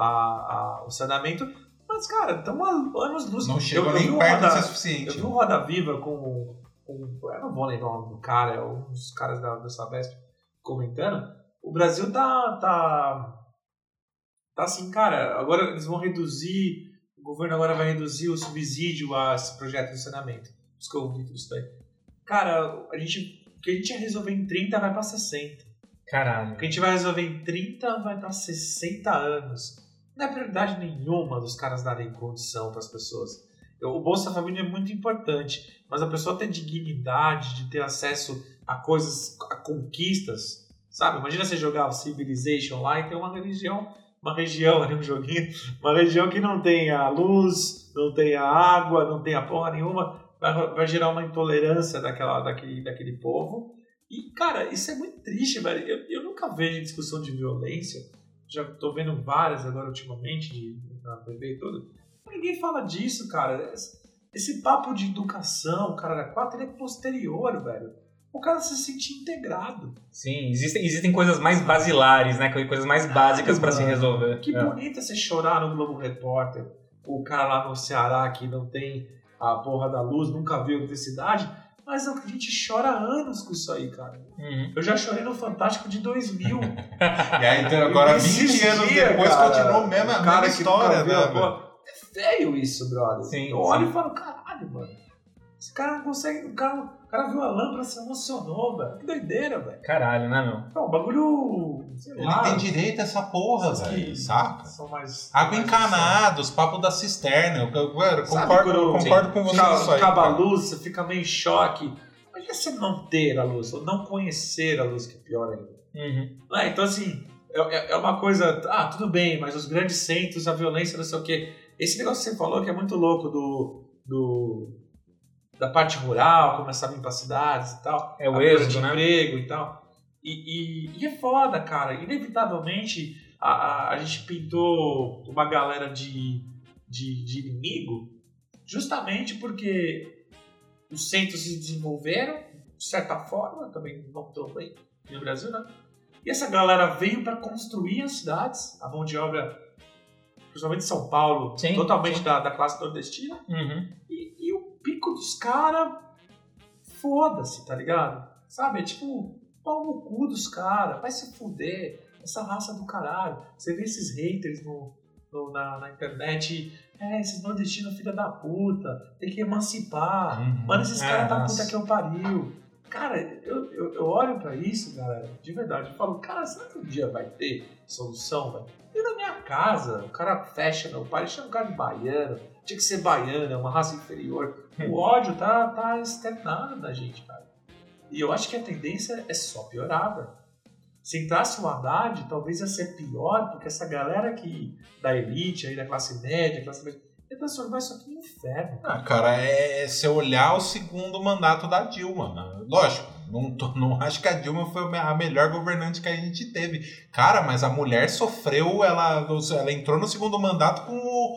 o saneamento, mas, cara, estamos há anos-luz. Não chegou nem perto de ser suficiente. Eu vi um Roda Viva com eu não vou lembrar o nome do cara, é um dos caras da Sabesp comentando. O Brasil tá assim, cara, agora eles vão reduzir, o governo agora vai reduzir o subsídio a esse projeto de saneamento. Isso que eu ouvi tudo isso daí. Cara, o que a gente ia resolver em 30 vai pra 60. Caralho. O que a gente vai resolver em 30 vai pra 60 anos. Não é prioridade nenhuma dos caras darem condição pras pessoas. O Bolsa Família é muito importante, mas a pessoa ter dignidade de ter acesso a coisas, a conquistas, sabe? Imagina você jogar o Civilization lá e ter uma região ali, um joguinho, uma região que não tem a luz, não tem a água, não tem a porra nenhuma, vai gerar uma intolerância daquele povo. E, cara, isso é muito triste, velho. Eu nunca vejo discussão de violência, já tô vendo várias agora ultimamente, na TV e tudo. Ninguém fala disso, cara. Esse papo de educação, cara, da 4, ele é posterior, velho. o cara se sentir integrado. Sim, existem coisas mais basilares, né? Coisas mais básicas pra se resolver. Que bonito é você chorar no Globo Repórter. O cara lá no Ceará que não tem a porra da luz, nunca viu eletricidade. Mas a gente chora há anos com isso aí, cara. Eu já chorei no Fantástico de 2000. E aí, então, agora 20 anos depois, cara, continuou a mesma história, né? É feio isso, brother. Sim, eu olho e falo, caralho, mano. Esse cara não consegue. O cara viu a lâmpada, se emocionou, velho. Que doideira, velho. Caralho, né, meu? Não, o bagulho. Sei Ele lá, tem direito a essa porra, essas velho. que Saca? São mais. Água encanada, os papos da cisterna. Eu Sabe concordo quando com você nisso aí. Acaba a cara. luz, você fica meio em choque. Imagina você não ter a luz, ou não conhecer a luz, que é pior ainda. Não é? Então, assim, é uma coisa. Ah, tudo bem, mas os grandes centros, a violência, não sei o quê. Esse negócio que você falou que é muito louco da parte rural, começar a vir para cidades e tal. É o a êxodo, de né? emprego e tal. E é foda, cara. Inevitavelmente, a gente pintou uma galera de inimigo justamente porque os centros se desenvolveram, de certa forma, também não tão bem no Brasil, né? E essa galera veio para construir as cidades, a mão de obra, principalmente em São Paulo, Sim, totalmente sim. da classe nordestina. Uhum. E o pico dos caras, foda-se, tá ligado? Sabe? É tipo, pau no cu dos caras, vai se fuder, essa raça do caralho. Você vê esses haters na internet, esses nordestinos filha da puta, tem que emancipar. Mano, esses caras da puta que eu pariu. Cara, eu olho pra isso, galera, de verdade, eu falo, cara, será que um dia vai ter solução, velho? E na minha casa, o cara fecha meu pai, ele chama o cara de baiano, tinha que ser baiano, é uma raça inferior. O ódio tá externado na gente, cara. E eu acho que a tendência é só piorar, velho. Se entrasse o Haddad, talvez ia ser pior, porque essa galera da elite, aí, da classe média, ia transformar isso aqui no inferno. Ah, cara, é se olhar o segundo mandato da Dilma. Né? Lógico, não acho que a Dilma foi a melhor governante que a gente teve. Cara, mas a mulher sofreu, ela entrou no segundo mandato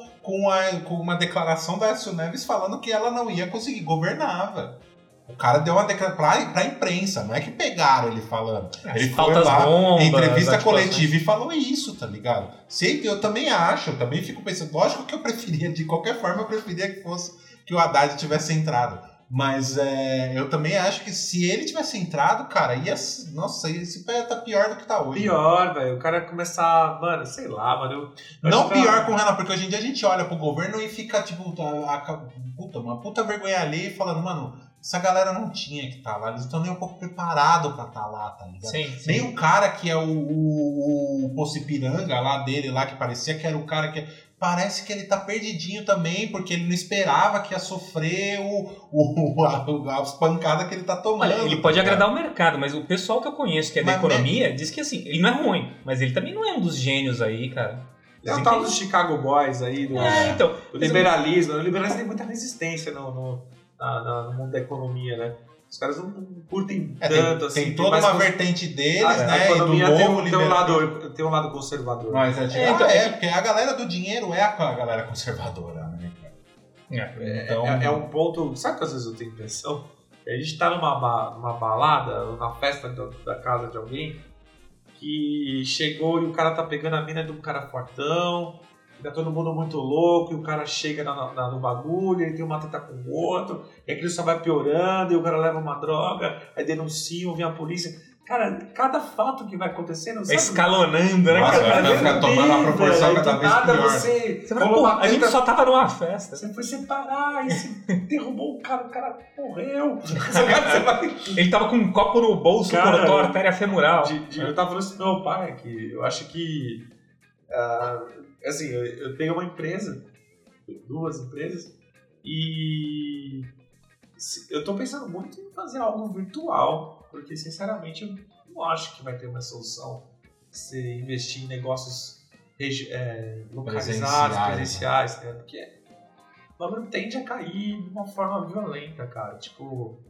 com uma declaração da Aécio Neves falando que ela não ia conseguir governar, velho. O cara deu uma declaração pra imprensa, não é que pegaram ele falando. Ele foi lá, em entrevista coletiva e falou isso, tá ligado? Sei que eu também acho, eu também fico pensando, lógico que eu preferia, de qualquer forma, eu preferia que o Haddad tivesse entrado. Mas eu também acho que se ele tivesse entrado, cara, nossa, esse pé tá pior do que tá hoje. Pior, velho. O cara começar, mano, sei lá, mano. Não pior com o Renan, porque hoje em dia a gente olha pro governo e fica, tipo, uma puta vergonha alheia e falando, mano, essa galera não tinha que estar lá, eles estão nem um pouco preparados pra estar lá, tá ligado? Sim. Nem o cara que é o Pocipiranga lá dele, lá que parecia que era o cara que... Parece que ele tá perdidinho também, porque ele não esperava que ia sofrer as pancadas que ele tá tomando. Olha, ele pode agradar o mercado, mas o pessoal que eu conheço, que é da economia, diz que assim, ele não é ruim, mas ele também não é um dos gênios aí, cara. É o tal dos Chicago Boys aí, do liberalismo. O liberalismo tem muita resistência no mundo da economia, né? Os caras não curtem tanto assim. Tem toda uma vertente deles, né? A economia e do novo tem um lado conservador. Mas porque a galera do dinheiro é a galera conservadora, né? Então... É um ponto. Sabe que às vezes eu tenho impressão? A gente tá numa balada, numa festa da casa de alguém, que chegou e o cara tá pegando a mina de um cara fortão. Tá todo mundo muito louco, e o cara chega no bagulho, ele tem uma treta com o outro, e aquilo só vai piorando, e o cara leva uma droga, aí denunciam, vem a polícia. Cara, cada fato que vai acontecendo... Sabe? Escalonando, né? Nossa, vai ficar tomando uma proporção cada vez pior. Você fala, a gente só tava numa festa. Você foi separar, e você derrubou o cara morreu. Ele tava com um copo no bolso, cortou a artéria femoral. Eu tava falando assim, meu pai, que eu acho que... assim, eu tenho uma empresa, 2 empresas, e eu tô pensando muito em fazer algo virtual, porque sinceramente eu não acho que vai ter uma solução se investir em negócios localizados, presenciais, né? Porque o bagulho tende a cair de uma forma violenta, cara. Tipo,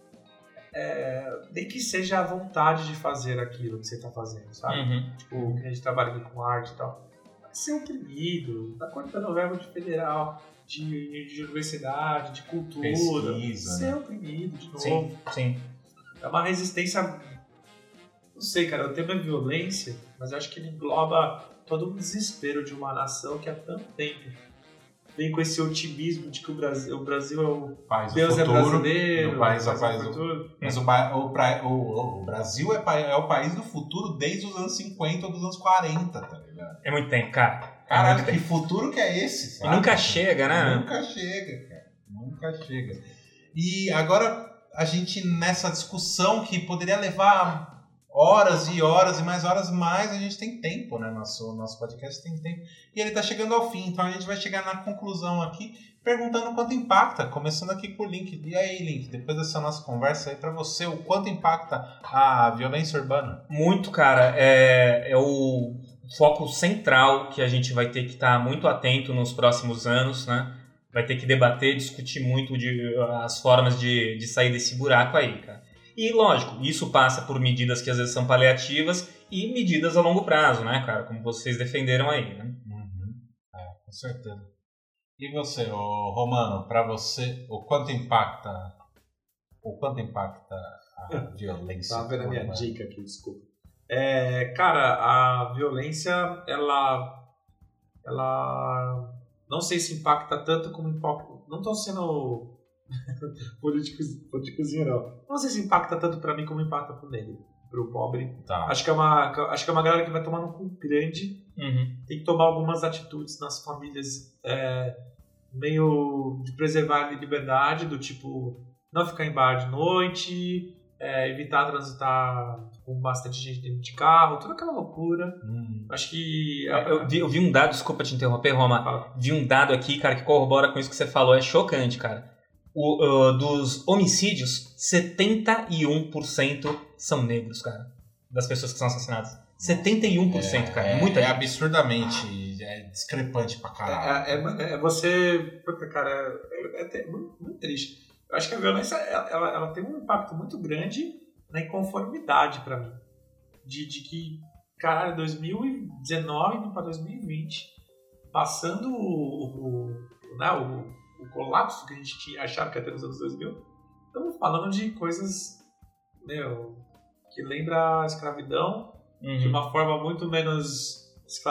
nem que seja a vontade de fazer aquilo que você tá fazendo, sabe? Uhum. Tipo, a gente trabalha aqui com arte e tal. Ser oprimido, tá cortando verba de federal, de universidade, de cultura. Pesquisa, ser né? oprimido de novo. Sim. é uma resistência... Não sei, cara, o tema é violência, mas eu acho que ele engloba todo o desespero de uma nação que há tanto tempo vem com esse otimismo de que o Brasil é o país Deus do futuro, é brasileiro, o país é do futuro. Mas o Brasil é o país do futuro desde os anos 50 ou dos anos 40, tá ligado? É muito tempo, cara. Caralho, que futuro que é esse, sabe? E nunca chega, né? Nunca chega, cara. Nunca chega. E agora a gente, nessa discussão que poderia levar horas e horas e mais horas, mais a gente tem tempo, né? Nosso podcast tem tempo. E ele tá chegando ao fim, então a gente vai chegar na conclusão aqui, perguntando quanto impacta, começando aqui com o Link. E aí, Link, depois dessa nossa conversa aí, pra você, o quanto impacta a violência urbana? Muito, cara. É o foco central que a gente vai ter que estar muito atento nos próximos anos, né? Vai ter que debater, discutir muito as formas de sair desse buraco aí, cara. E, lógico, isso passa por medidas que às vezes são paliativas e medidas a longo prazo, né, cara? Como vocês defenderam aí, né? Com certeza. E você, Romano, pra você, o quanto impacta a violência? Tá vendo a minha dica aqui, desculpa. Cara, a violência, ela não sei se impacta tanto como impacta. Não tô sendo politicozinho, não. Não sei se impacta tanto pra mim como impacta pro negro, pro pobre. Tá. Acho que é uma galera que vai tomar um cu grande. Tem que tomar algumas atitudes nas famílias meio de preservar a liberdade, do tipo não ficar em bar de noite, evitar transitar com bastante gente dentro de carro, toda aquela loucura. Acho que... Eu vi um dado, desculpa te interromper, Roma. Vi um dado aqui, cara, que corrobora com isso que você falou. É chocante, cara. Dos homicídios, 71% são negros, cara. Das pessoas que são assassinadas. 71%, cara. Muita gente. Absurdamente discrepante pra caralho. Você... Puta, cara, é muito triste. Eu acho que a violência, ela tem um impacto muito grande na inconformidade pra mim. De que, caralho, 2019 indo pra 2020, passando o colapso que a gente achava que ia ter nos anos 2000, estamos falando de coisas, que lembra a escravidão de uma forma muito menos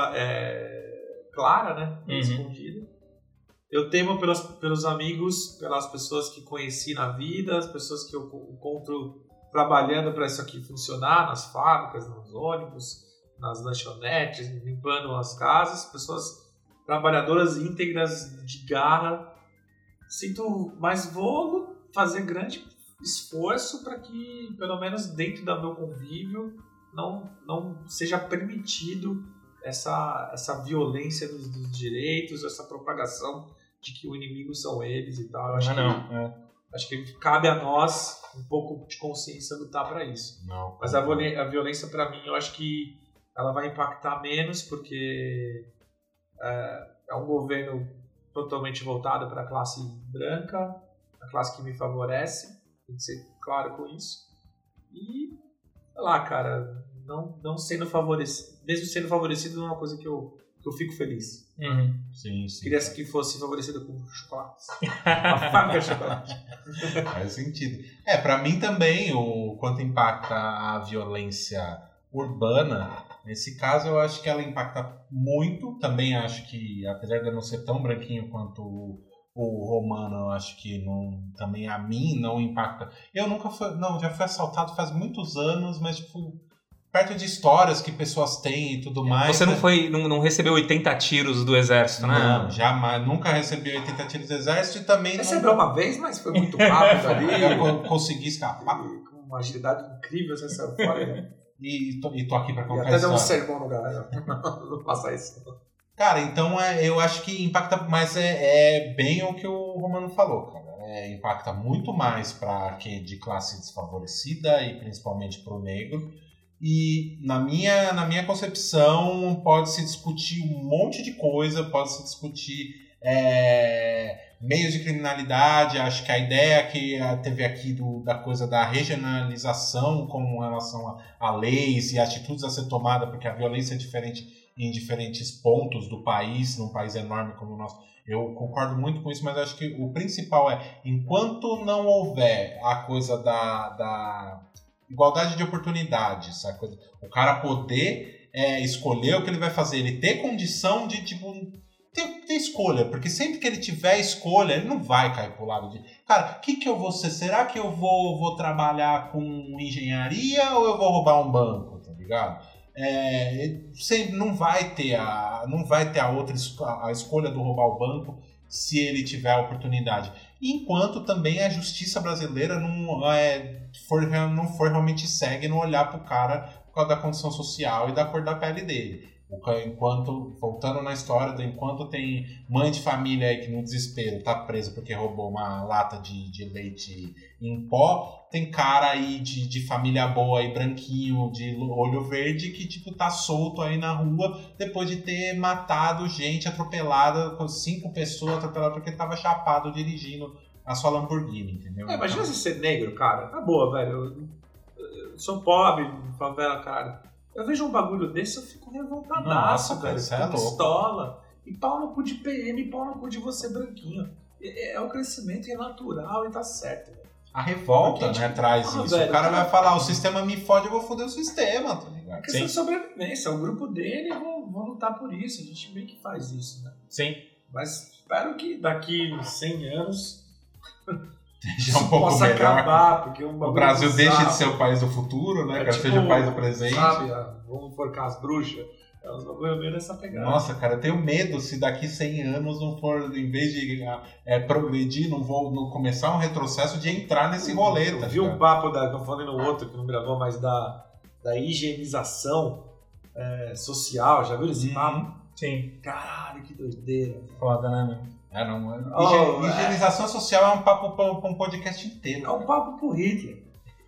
clara, né? Escondida. Eu temo pelos amigos, pelas pessoas que conheci na vida, as pessoas que eu encontro trabalhando para isso aqui funcionar, nas fábricas, nos ônibus, nas lanchonetes, limpando as casas, pessoas trabalhadoras íntegras de garra. Mas vou fazer grande esforço para que, pelo menos dentro do meu convívio, não seja permitido essa violência dos direitos, essa propagação de que o inimigo são eles e tal. Acho que cabe a nós um pouco de consciência lutar para isso. Mas a violência, para mim, eu acho que ela vai impactar menos, porque é um governo totalmente voltado para a classe branca, a classe que me favorece, tem que ser claro com isso. E, sei lá, cara, não sendo favorecido, mesmo sendo favorecido, não é uma coisa que eu fico feliz. Sim. Queria que fosse favorecido com chocolates. Uma fábrica de chocolate. Faz sentido. Pra mim também, o quanto impacta a violência urbana, nesse caso eu acho que ela impacta muito. Também acho que, apesar de eu não ser tão branquinho quanto o Romano, eu acho que também a mim não impacta. Eu nunca já fui assaltado faz muitos anos, mas tipo, perto de histórias que pessoas têm e tudo mais. Você não recebeu 80 tiros do exército, né? Não, jamais. Nunca recebi 80 tiros do exército e também... Recebeu uma vez, mas foi muito rápido ali. Eu consegui escapar. Com uma agilidade incrível, você saiu fora, né? E tô aqui pra contar isso. Até deu um sermão no galera. Não faça isso. Cara, então eu acho que impacta, mas é bem o que o Romano falou, cara. Impacta muito mais para quem é de classe desfavorecida e principalmente pro negro. E na minha concepção pode-se discutir um monte de coisa, pode-se discutir meios de criminalidade. Acho que a ideia que teve aqui da coisa da regionalização com relação a leis e atitudes a ser tomada, porque a violência é diferente em diferentes pontos do país, num país enorme como o nosso. Eu concordo muito com isso, mas acho que o principal enquanto não houver a coisa da igualdade de oportunidade, sabe? O cara poder escolher o que ele vai fazer, ele ter condição de, tipo, ter escolha, porque sempre que ele tiver escolha, ele não vai cair pro lado de... Cara, o que eu vou ser? Será que eu vou trabalhar com engenharia ou eu vou roubar um banco, tá ligado? Sempre não vai ter a escolha do roubar o banco se ele tiver a oportunidade. Enquanto também a justiça brasileira não for realmente cega e não olhar pro cara por causa da condição social e da cor da pele dele. Voltando na história, enquanto tem mãe de família aí que no desespero tá presa porque roubou uma lata de leite em pó, tem cara aí de família boa aí, branquinho, de olho verde, que tipo tá solto aí na rua depois de ter matado gente atropelada, com 5 pessoas atropeladas porque tava chapado dirigindo a sua Lamborghini, entendeu? Imagina você ser negro, cara, tá boa, velho, eu sou pobre, favela, cara. Eu vejo um bagulho desse, eu fico revoltadaço, velho. Isso é pistola. E pau no cu de PM, pau no cu de você branquinho. É o crescimento, é natural e tá certo, velho. A revolta, né, traz isso. Velho, o cara vai falar, o sistema me fode, eu vou foder o sistema, tá ligado? É questão de sobrevivência, é o grupo dele, vão lutar por isso. A gente meio que faz isso, né? Sim. Mas espero que daqui 100 anos já um pouco possa melhor. Acabar, porque o Brasil deixa de ser o país do futuro, né? Cara, tipo, seja o país do presente. Sabe, vamos enforcar as bruxas. Elas vão meio nessa pegada. Nossa, cara, eu tenho medo se daqui 100 anos não for, em vez de progredir, não começar um retrocesso de entrar nesse rolê. Eu vi um papo, tô falando no outro que não gravou, mas da higienização social. Já viu esse papo? Sim. Caralho, que doideira. Foda, né? Higienização social é um papo para um podcast inteiro. É um papo pro Hitler.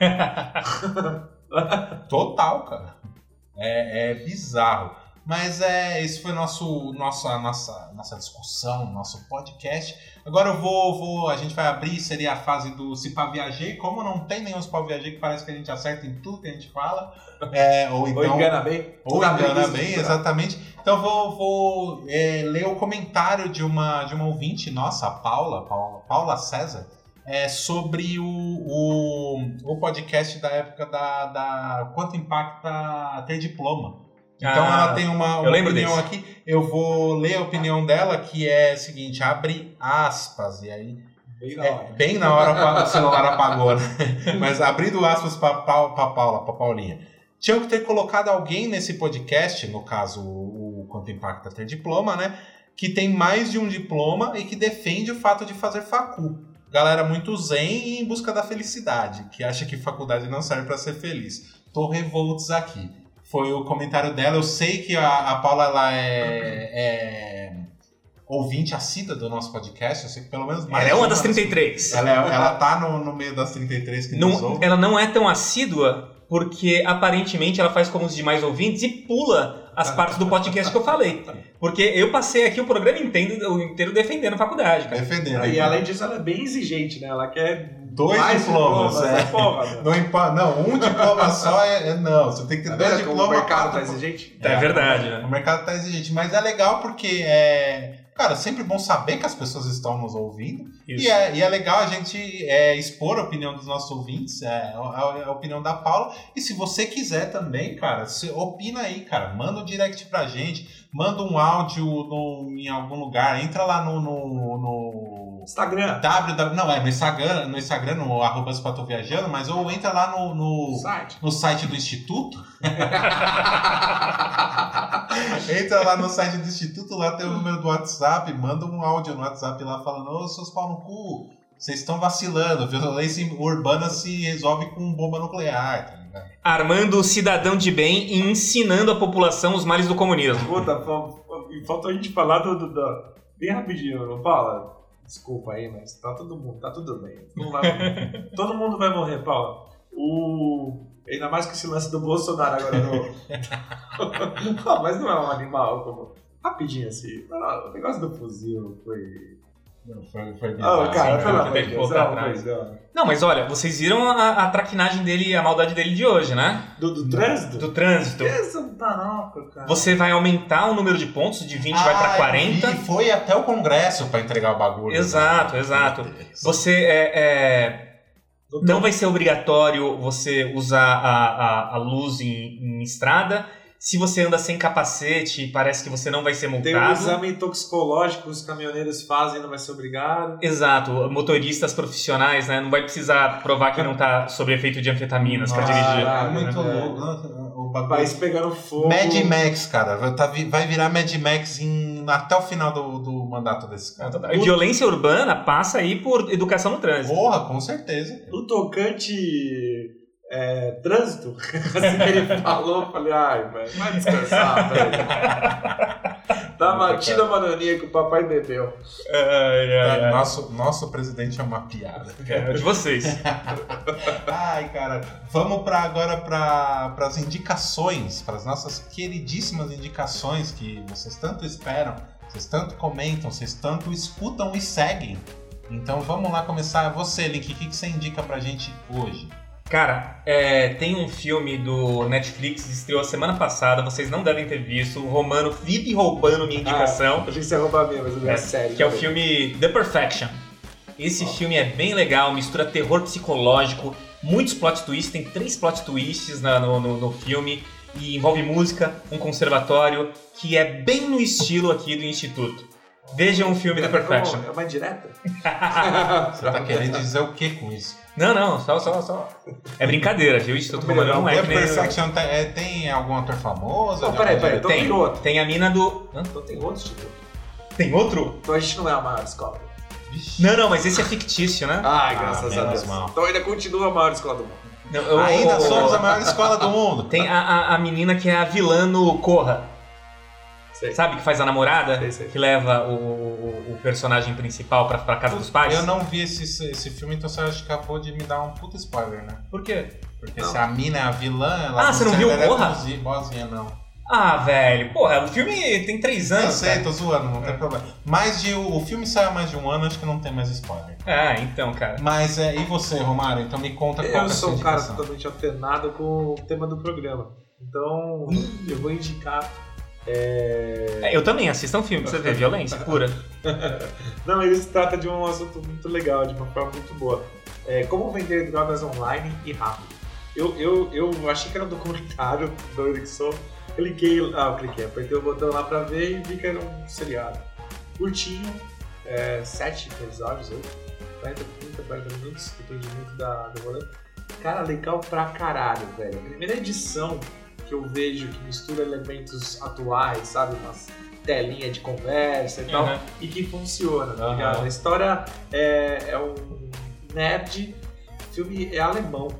Total, cara. É bizarro. Mas esse foi nossa discussão, nosso podcast. Agora a gente vai abrir, seria a fase do Se Pá Viajei. Como não tem nenhum Se Pá Viajei, que parece que a gente acerta em tudo que a gente fala. Ou engana bem. Ou engana bem, exatamente. Então vou ler o comentário de uma ouvinte nossa, a Paula César, sobre o podcast da época da Quanto Impacta Ter Diploma. Então ela tem uma opinião aqui, eu vou ler a opinião dela, que é a seguinte, abre aspas, e aí... Bem na hora o celular apagou, né? Mas abrindo aspas para Paulinha. Tinham que ter colocado alguém nesse podcast, no caso o Quanto Impacta Ter Diploma, né? Que tem mais de um diploma e que defende o fato de fazer facu. Galera muito zen e em busca da felicidade, que acha que faculdade não serve para ser feliz. Tô revoltos aqui. Foi o comentário dela. Eu sei que a Paula ela é ouvinte assídua do nosso podcast. Eu sei que pelo menos mais. Ela é uma das 33. Ela tá no meio das 33 que nos ouvem. Ela não é tão assídua porque aparentemente ela faz como os demais ouvintes e pula as partes do podcast que eu falei. Porque eu passei aqui o programa inteiro defendendo a faculdade, cara. Defendendo. E além disso, ela é bem exigente, né? Ela quer 2 diplomas. Porra, não, um diploma só não. Você tem que ter 2 diplomas. O mercado tá exigente? É verdade, né? O mercado tá exigente. Mas é legal porque cara, sempre bom saber que as pessoas estão nos ouvindo. E é legal a gente expor a opinião dos nossos ouvintes, a opinião da Paula. E se você quiser também, cara, opina aí, cara. Manda um direct pra gente, manda um áudio em algum lugar. Entra lá no Instagram. No Instagram, no @SepatoViajando, mas ou entra lá no site do Instituto. Entra lá no site do Instituto, lá tem o número do WhatsApp, manda um áudio no WhatsApp lá falando: ô, seus pau no cu, vocês estão vacilando, a violência urbana se resolve com bomba nuclear, tá ligado? Armando o cidadão de bem e ensinando a população os males do comunismo. Puta, faltou a gente falar bem rapidinho, não fala? Desculpa aí, mas tá tudo bem. Todo mundo vai morrer, Paula. Ainda mais com esse lance do Bolsonaro agora. Mas não é um animal como... Rapidinho assim. O negócio do fuzil foi bizarro. Cara, pelo amor de Deus. Não, mas olha, vocês viram a traquinagem dele, a maldade dele de hoje, né? Do trânsito? Do trânsito. Esse é um taroca, cara. Você vai aumentar o número de pontos, de 20 vai pra 40. E foi até o Congresso pra entregar o bagulho. Exato. Você Não vai ser obrigatório você usar a luz em estrada. Se você anda sem capacete, parece que você não vai ser multado. Tem um exame toxicológico que os caminhoneiros fazem, não vai ser obrigado. Exato. Motoristas profissionais, né? Não vai precisar provar que não está sob efeito de anfetaminas para dirigir. É muito louco. O país pegando fogo. Mad Max, cara. Vai virar Mad Max até o final do mandato desse cara. E violência urbana passa aí por educação no trânsito. Porra, com certeza. No tocante trânsito, assim que ele falou, eu falei, ai, velho, vai descansar, velho. Tira a bananinha que o papai bebeu. Nosso presidente é uma piada. É de vocês. Ai, cara. Vamos agora para as indicações, para as nossas queridíssimas indicações que vocês tanto esperam, vocês tanto comentam, vocês tanto escutam e seguem. Então vamos lá começar. Você, Link, o que você indica pra gente hoje? Cara, tem um filme do Netflix que estreou semana passada, vocês não devem ter visto. O Romano vive roubando minha indicação. Achei que você ia roubar mesmo, mas não é sério. Que é o filme The Perfection. Esse filme é bem legal, mistura terror psicológico, muitos plot twists, tem 3 plot twists no filme. E envolve música, um conservatório, que é bem no estilo aqui do Instituto. Vejam o filme The Perfection. É uma indireta? Você tá querendo dizer o que com isso? Não, só. É brincadeira, viu? O Instituto Romano não é The que nem... Perfection tem algum ator famoso? Não, peraí, então tem outro. Tem a mina do... Então tem outro Instituto. Tem outro? Então a gente não é a maior escola. Não, mas esse é fictício, né? Ai, graças a Deus. Mal. Então ainda continua a maior escola do mundo. Ainda somos a maior escola do mundo. Tem a menina que é a vilã no Corra. Sei. Sabe, que faz a namorada, sei. que leva o personagem principal pra casa dos pais? Eu não vi esse filme, então você acha que acabou de me dar um puta spoiler, né? Por quê? Porque se a mina é a vilã, ela você não viu o Corra? Boazinha, não. Ah, velho, porra, o filme tem 3 anos. Eu sei, cara. tô zoando, não tem problema. O filme saiu há mais de um ano, acho que não tem mais spoiler. Então, cara. Mas e você, Romário? Então me conta qual é a Eu sua sou um cara indicação. totalmente atenado com o tema do programa. Então, eu vou indicar... Eu também, assistam filme pra você ver, violência pura. Não, ele se trata de um assunto muito legal, de uma forma muito boa. Como vender drogas online e rápido. Eu achei que era um documentário, doido que sou. Eu cliquei, apertei o botão lá pra ver e vi que era um seriado. Curtinho, 7 episódios, 40 minutos, dependimento do rolê. Cara, legal pra caralho, velho. A primeira edição que eu vejo que mistura elementos atuais, sabe? Umas telinhas de conversa e tal, e que funciona, tá ligado? A história é um nerd, o filme é alemão.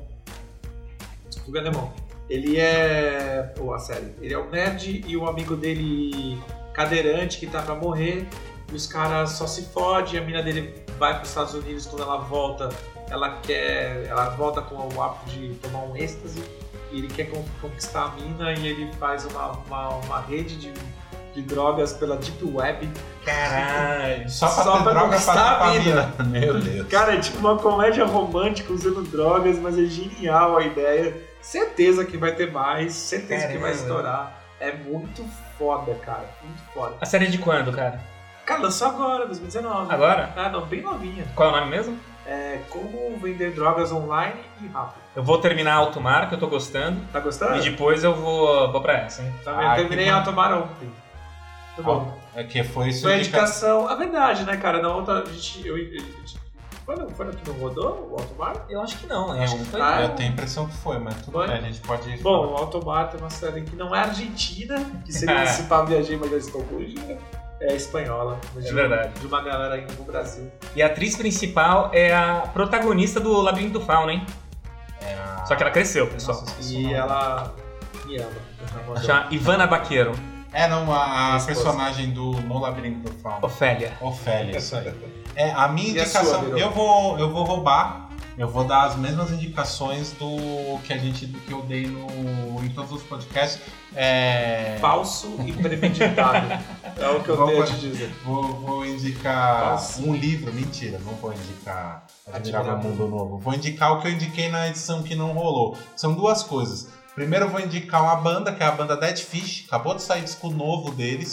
O filme é alemão. Ele é... a série. Ele é um nerd e o amigo dele cadeirante que tá pra morrer, e os caras só se fodem, a mina dele vai pros Estados Unidos, quando ela volta, ela volta com o hábito de tomar um êxtase, e ele quer conquistar a mina e ele faz uma rede de drogas pela Deep Web. Caralho. Só pra droga pra a mina. Meu Deus. Cara, é tipo uma comédia romântica usando drogas, mas é genial a ideia. Certeza que vai ter mais, certeza que vai estourar. É muito foda, cara. Muito foda. A série é de quando, cara? Cara, lançou agora, 2019. Agora? Ah, não, bem novinha. Qual é o nome mesmo? Como vender drogas online e rápido. Eu vou terminar Alto Mar, que eu tô gostando. Tá gostando? E depois eu vou pra essa, hein? Tá vendo? Terminei Alto Mar ontem. Tá bom. Que foi isso. Foi a indicação. A verdade, né, cara? Na outra, Foi no que não rodou o Alto Mar? Eu acho que não, acho que foi. Eu tenho a impressão que foi, mas tudo bem, a gente pode... Bom, o Alto Mar tem uma série que não é argentina, que seria se pá viajei, mas já estou fugindo. É espanhola. É verdade. De uma galera indo pro Brasil. E a atriz principal é a protagonista do Labirinto do Fauno, hein? Só que ela cresceu, pessoal. Nossa, e ela me ama. Chama Ivana Baqueiro. A personagem no Labirinto do Fauno. Ofélia, isso aí. A minha indicação, eu vou roubar. Eu vou dar as mesmas indicações do que eu dei em todos os podcasts. Falso e premeditado. É o que eu tenho a te dizer. Vou indicar um livro. Mentira, não vou indicar Admirável Mundo Novo. Vou indicar o que eu indiquei na edição que não rolou. São 2 coisas. Primeiro eu vou indicar uma banda, que é a banda Dead Fish. Acabou de sair disco novo deles.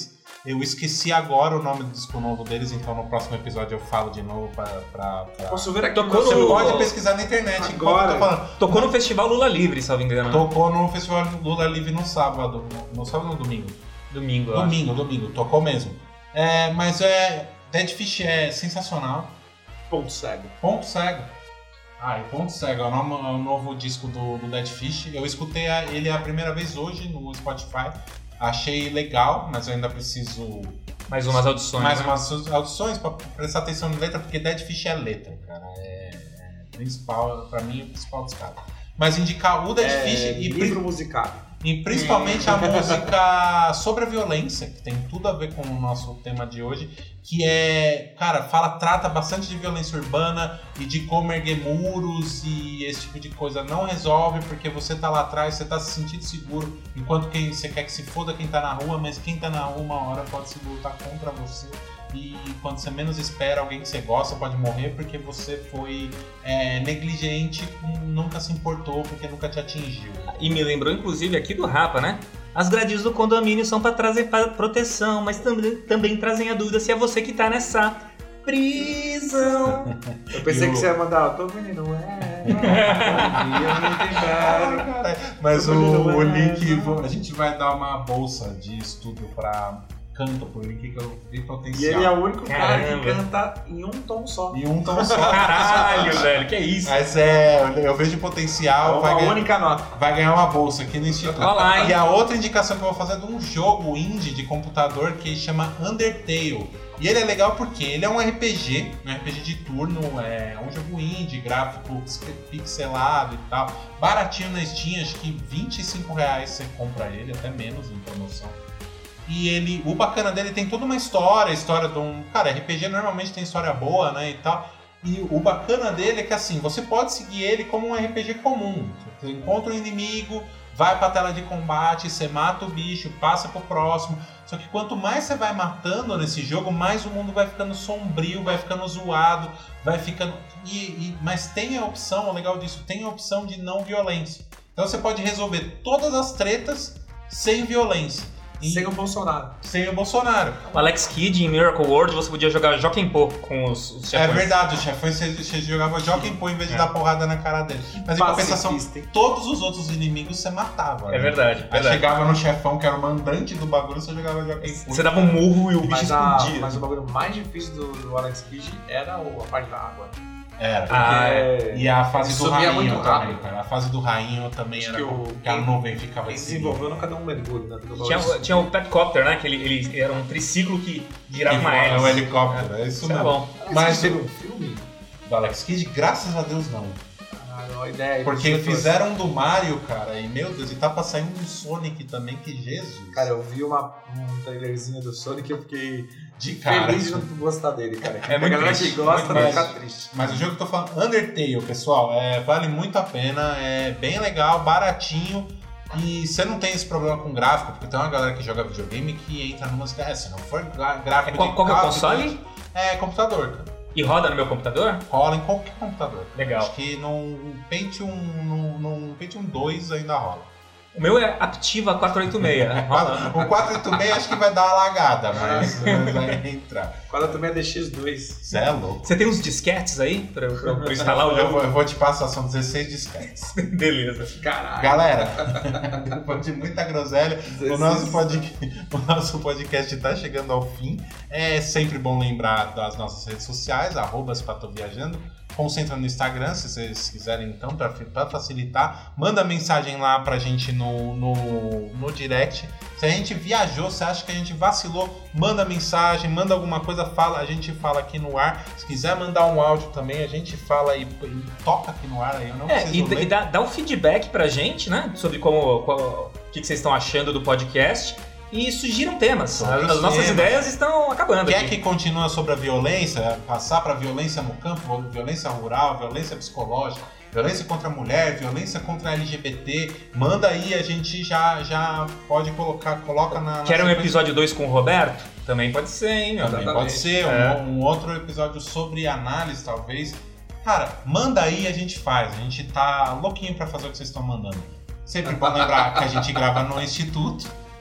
Eu esqueci agora o nome do disco novo deles, então no próximo episódio eu falo de novo pra... Posso ver aqui? Tocou Você no- pode pesquisar na internet Agora. enquanto eu tô falando. Tocou no Festival Lula Livre, salvo engano. Tocou no Festival Lula Livre no sábado. No sábado ou no domingo? Domingo, eu acho. Domingo, tocou mesmo. Mas Dead Fish é sensacional. Ponto cego. Ponto Cego. E Ponto Cego é o novo disco do Dead Fish. Eu escutei ele a primeira vez hoje no Spotify. Achei legal, mas eu ainda preciso... Mais umas audições. Mais né? umas audições pra prestar atenção na letra, porque Dead Fish é letra, cara. Principal, pra mim, é o principal dos caras. Mas indicar o Dead Fish livro musical. e principalmente a música sobre a violência, que tem tudo a ver com o nosso tema de hoje, que trata bastante de violência urbana e de como erguer muros e esse tipo de coisa. Não resolve porque você tá lá atrás, você tá se sentindo seguro, enquanto você quer que se foda quem tá na rua, mas quem tá na rua uma hora pode se voltar contra você. E quando você menos espera, alguém que você gosta pode morrer porque você foi negligente, nunca se importou, porque nunca te atingiu. E me lembrou, inclusive, aqui do Rapa, né? As grades do condomínio são pra trazer proteção, mas também trazem a dúvida se é você que tá nessa prisão. Eu pensei que você ia mandar, todo menino Mas o link, a gente vai dar uma bolsa de estudo pra canto por link que eu vi potencial. E ele é o único cara Caramba. que canta em um tom só. Em um tom só. Caralho, velho, que isso? Mas eu vejo potencial, Uma única nota. vai ganhar uma bolsa aqui no Instituto. Olá, hein? E a outra indicação que eu vou fazer é de um jogo indie de computador que chama Undertale. E ele é legal porque ele é um RPG de turno, é um jogo indie, gráfico pixelado e tal. Baratinho na Steam, acho que R$25 você compra ele, até menos em promoção. E o bacana dele tem toda uma história de um... Cara, RPG normalmente tem história boa, né, e tal. E o bacana dele é que, assim, você pode seguir ele como um RPG comum. Você encontra um inimigo, vai pra tela de combate, você mata o bicho, passa pro próximo. Só que quanto mais você vai matando nesse jogo, mais o mundo vai ficando sombrio, vai ficando zoado, vai ficando... Mas tem a opção, o legal disso, tem a opção de não violência. Então você pode resolver todas as tretas sem violência. Sem o Bolsonaro. Sem o Bolsonaro. O Alex Kidd em Miracle World você podia jogar Jokenpô com os chefões. É verdade, os chefões você jogava Jokenpô em vez de dar porrada na cara dele. Mas em compensação, todos os outros inimigos você matava. É verdade. Aí chegava no chefão que era o mandante do bagulho, você jogava Jokenpô. Você dava um murro e o bicho explodia. Mas o bagulho mais difícil do Alex Kidd era a parte da água. Era. E a fase do rainho muito também, rápido. cara. A fase do rainho também era que a nuvem ficava Ele desenvolveu no cada um mergulho, né? Tinha o Petcopter, né? Que ele era um triciclo que girava uma hélice. um helicóptero, é isso mesmo. Bom. Mas teve um filme? Do Alex Kidd, graças a Deus não. A ideia. Porque fizeram do Mario, cara, e meu Deus, e tá pra sair um do Sonic também, que Jesus. Cara, eu vi um trailerzinho do Sonic e eu fiquei de cara. feliz de não gostar dele, cara. É muito a galera triste, que gosta vai muito ficar triste. Mas o jogo que eu tô falando, Undertale, pessoal, vale muito a pena, é bem legal, baratinho. E você não tem esse problema com gráfico, porque tem uma galera que joga videogame que entra numa... se não for gráfico Qual que é o console? É computador, cara. E roda no meu computador? Rola em qualquer computador. Legal. Acho que num Pentium 2 ainda rola. O meu é Aptiva 486. Rola. O 486 acho que vai dar uma lagada, mas vai entrar. 486 DX2. Você é louco. Você tem uns disquetes aí pra eu instalar o jogo? Eu vou te passar, são 16 disquetes. Beleza. Caralho. Galera, depois de muita groselha, o nosso podcast tá chegando ao fim. É sempre bom lembrar das nossas redes sociais, @spatoviajando. Concentra no Instagram, se vocês quiserem, então, pra facilitar. Manda mensagem lá pra gente no direct. Se a gente viajou, se acha que a gente vacilou, manda mensagem, manda alguma coisa, fala, a gente fala aqui no ar. Se quiser mandar um áudio também, a gente fala e toca aqui no ar. Aí eu não preciso ler. E dá um feedback pra gente, né? Sobre o que vocês estão achando do podcast. E sugiram temas. As nossas ideias estão acabando. Quer aqui. que continue sobre a violência, passar para violência no campo, violência rural, violência psicológica, violência contra a mulher, violência contra a LGBT, manda aí, a gente já pode coloca na... Quer um episódio 2 com o Roberto? Também pode ser, hein? Meu? Também pode ser, um outro episódio sobre análise, talvez. Cara, manda aí, a gente faz. A gente tá louquinho para fazer o que vocês estão mandando. Sempre bom lembrar que a gente grava no Instituto.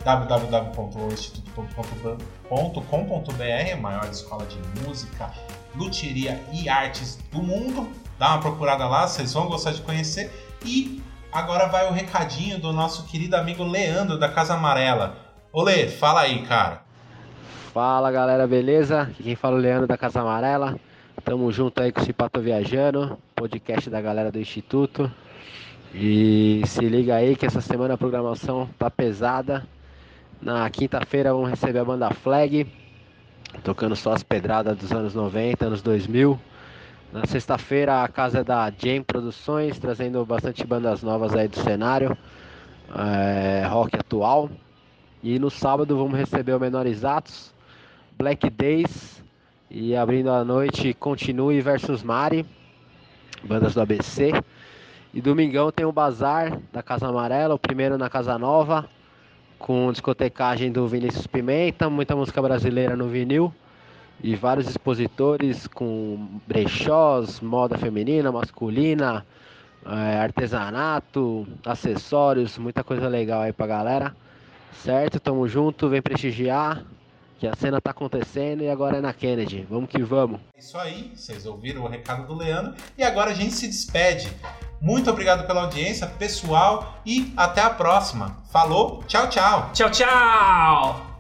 www.instituto.com.br, a maior escola de música, luthieria e artes do mundo. Dá uma procurada lá, vocês vão gostar de conhecer. E agora vai o recadinho do nosso querido amigo Leandro, da Casa Amarela. Ô Lê, fala aí, cara. Fala galera, beleza? Aqui quem fala é o Leandro da Casa Amarela. Tamo junto aí com o Se Pá Tô Viajando, podcast da galera do Instituto. E se liga aí que essa semana a programação tá pesada. Na quinta-feira vamos receber a banda Flag, tocando só as pedradas dos anos 90, anos 2000. Na sexta-feira a casa é da Jam Produções, trazendo bastante bandas novas aí do cenário, rock atual. E no sábado vamos receber o Menores Atos, Black Days, e abrindo a noite Continue versus Mari, bandas do ABC. E domingão tem o Bazar da Casa Amarela, o primeiro na Casa Nova, com discotecagem do Vinícius Pimenta, muita música brasileira no vinil e vários expositores com brechós, moda feminina, masculina, artesanato, acessórios, muita coisa legal aí pra galera. Certo? Tamo junto, vem prestigiar, que a cena tá acontecendo e agora é na Kennedy. Vamos que vamos. É isso aí, vocês ouviram o recado do Leandro e agora a gente se despede. Muito obrigado pela audiência, pessoal, e até a próxima. Falou, tchau, tchau. Tchau, tchau.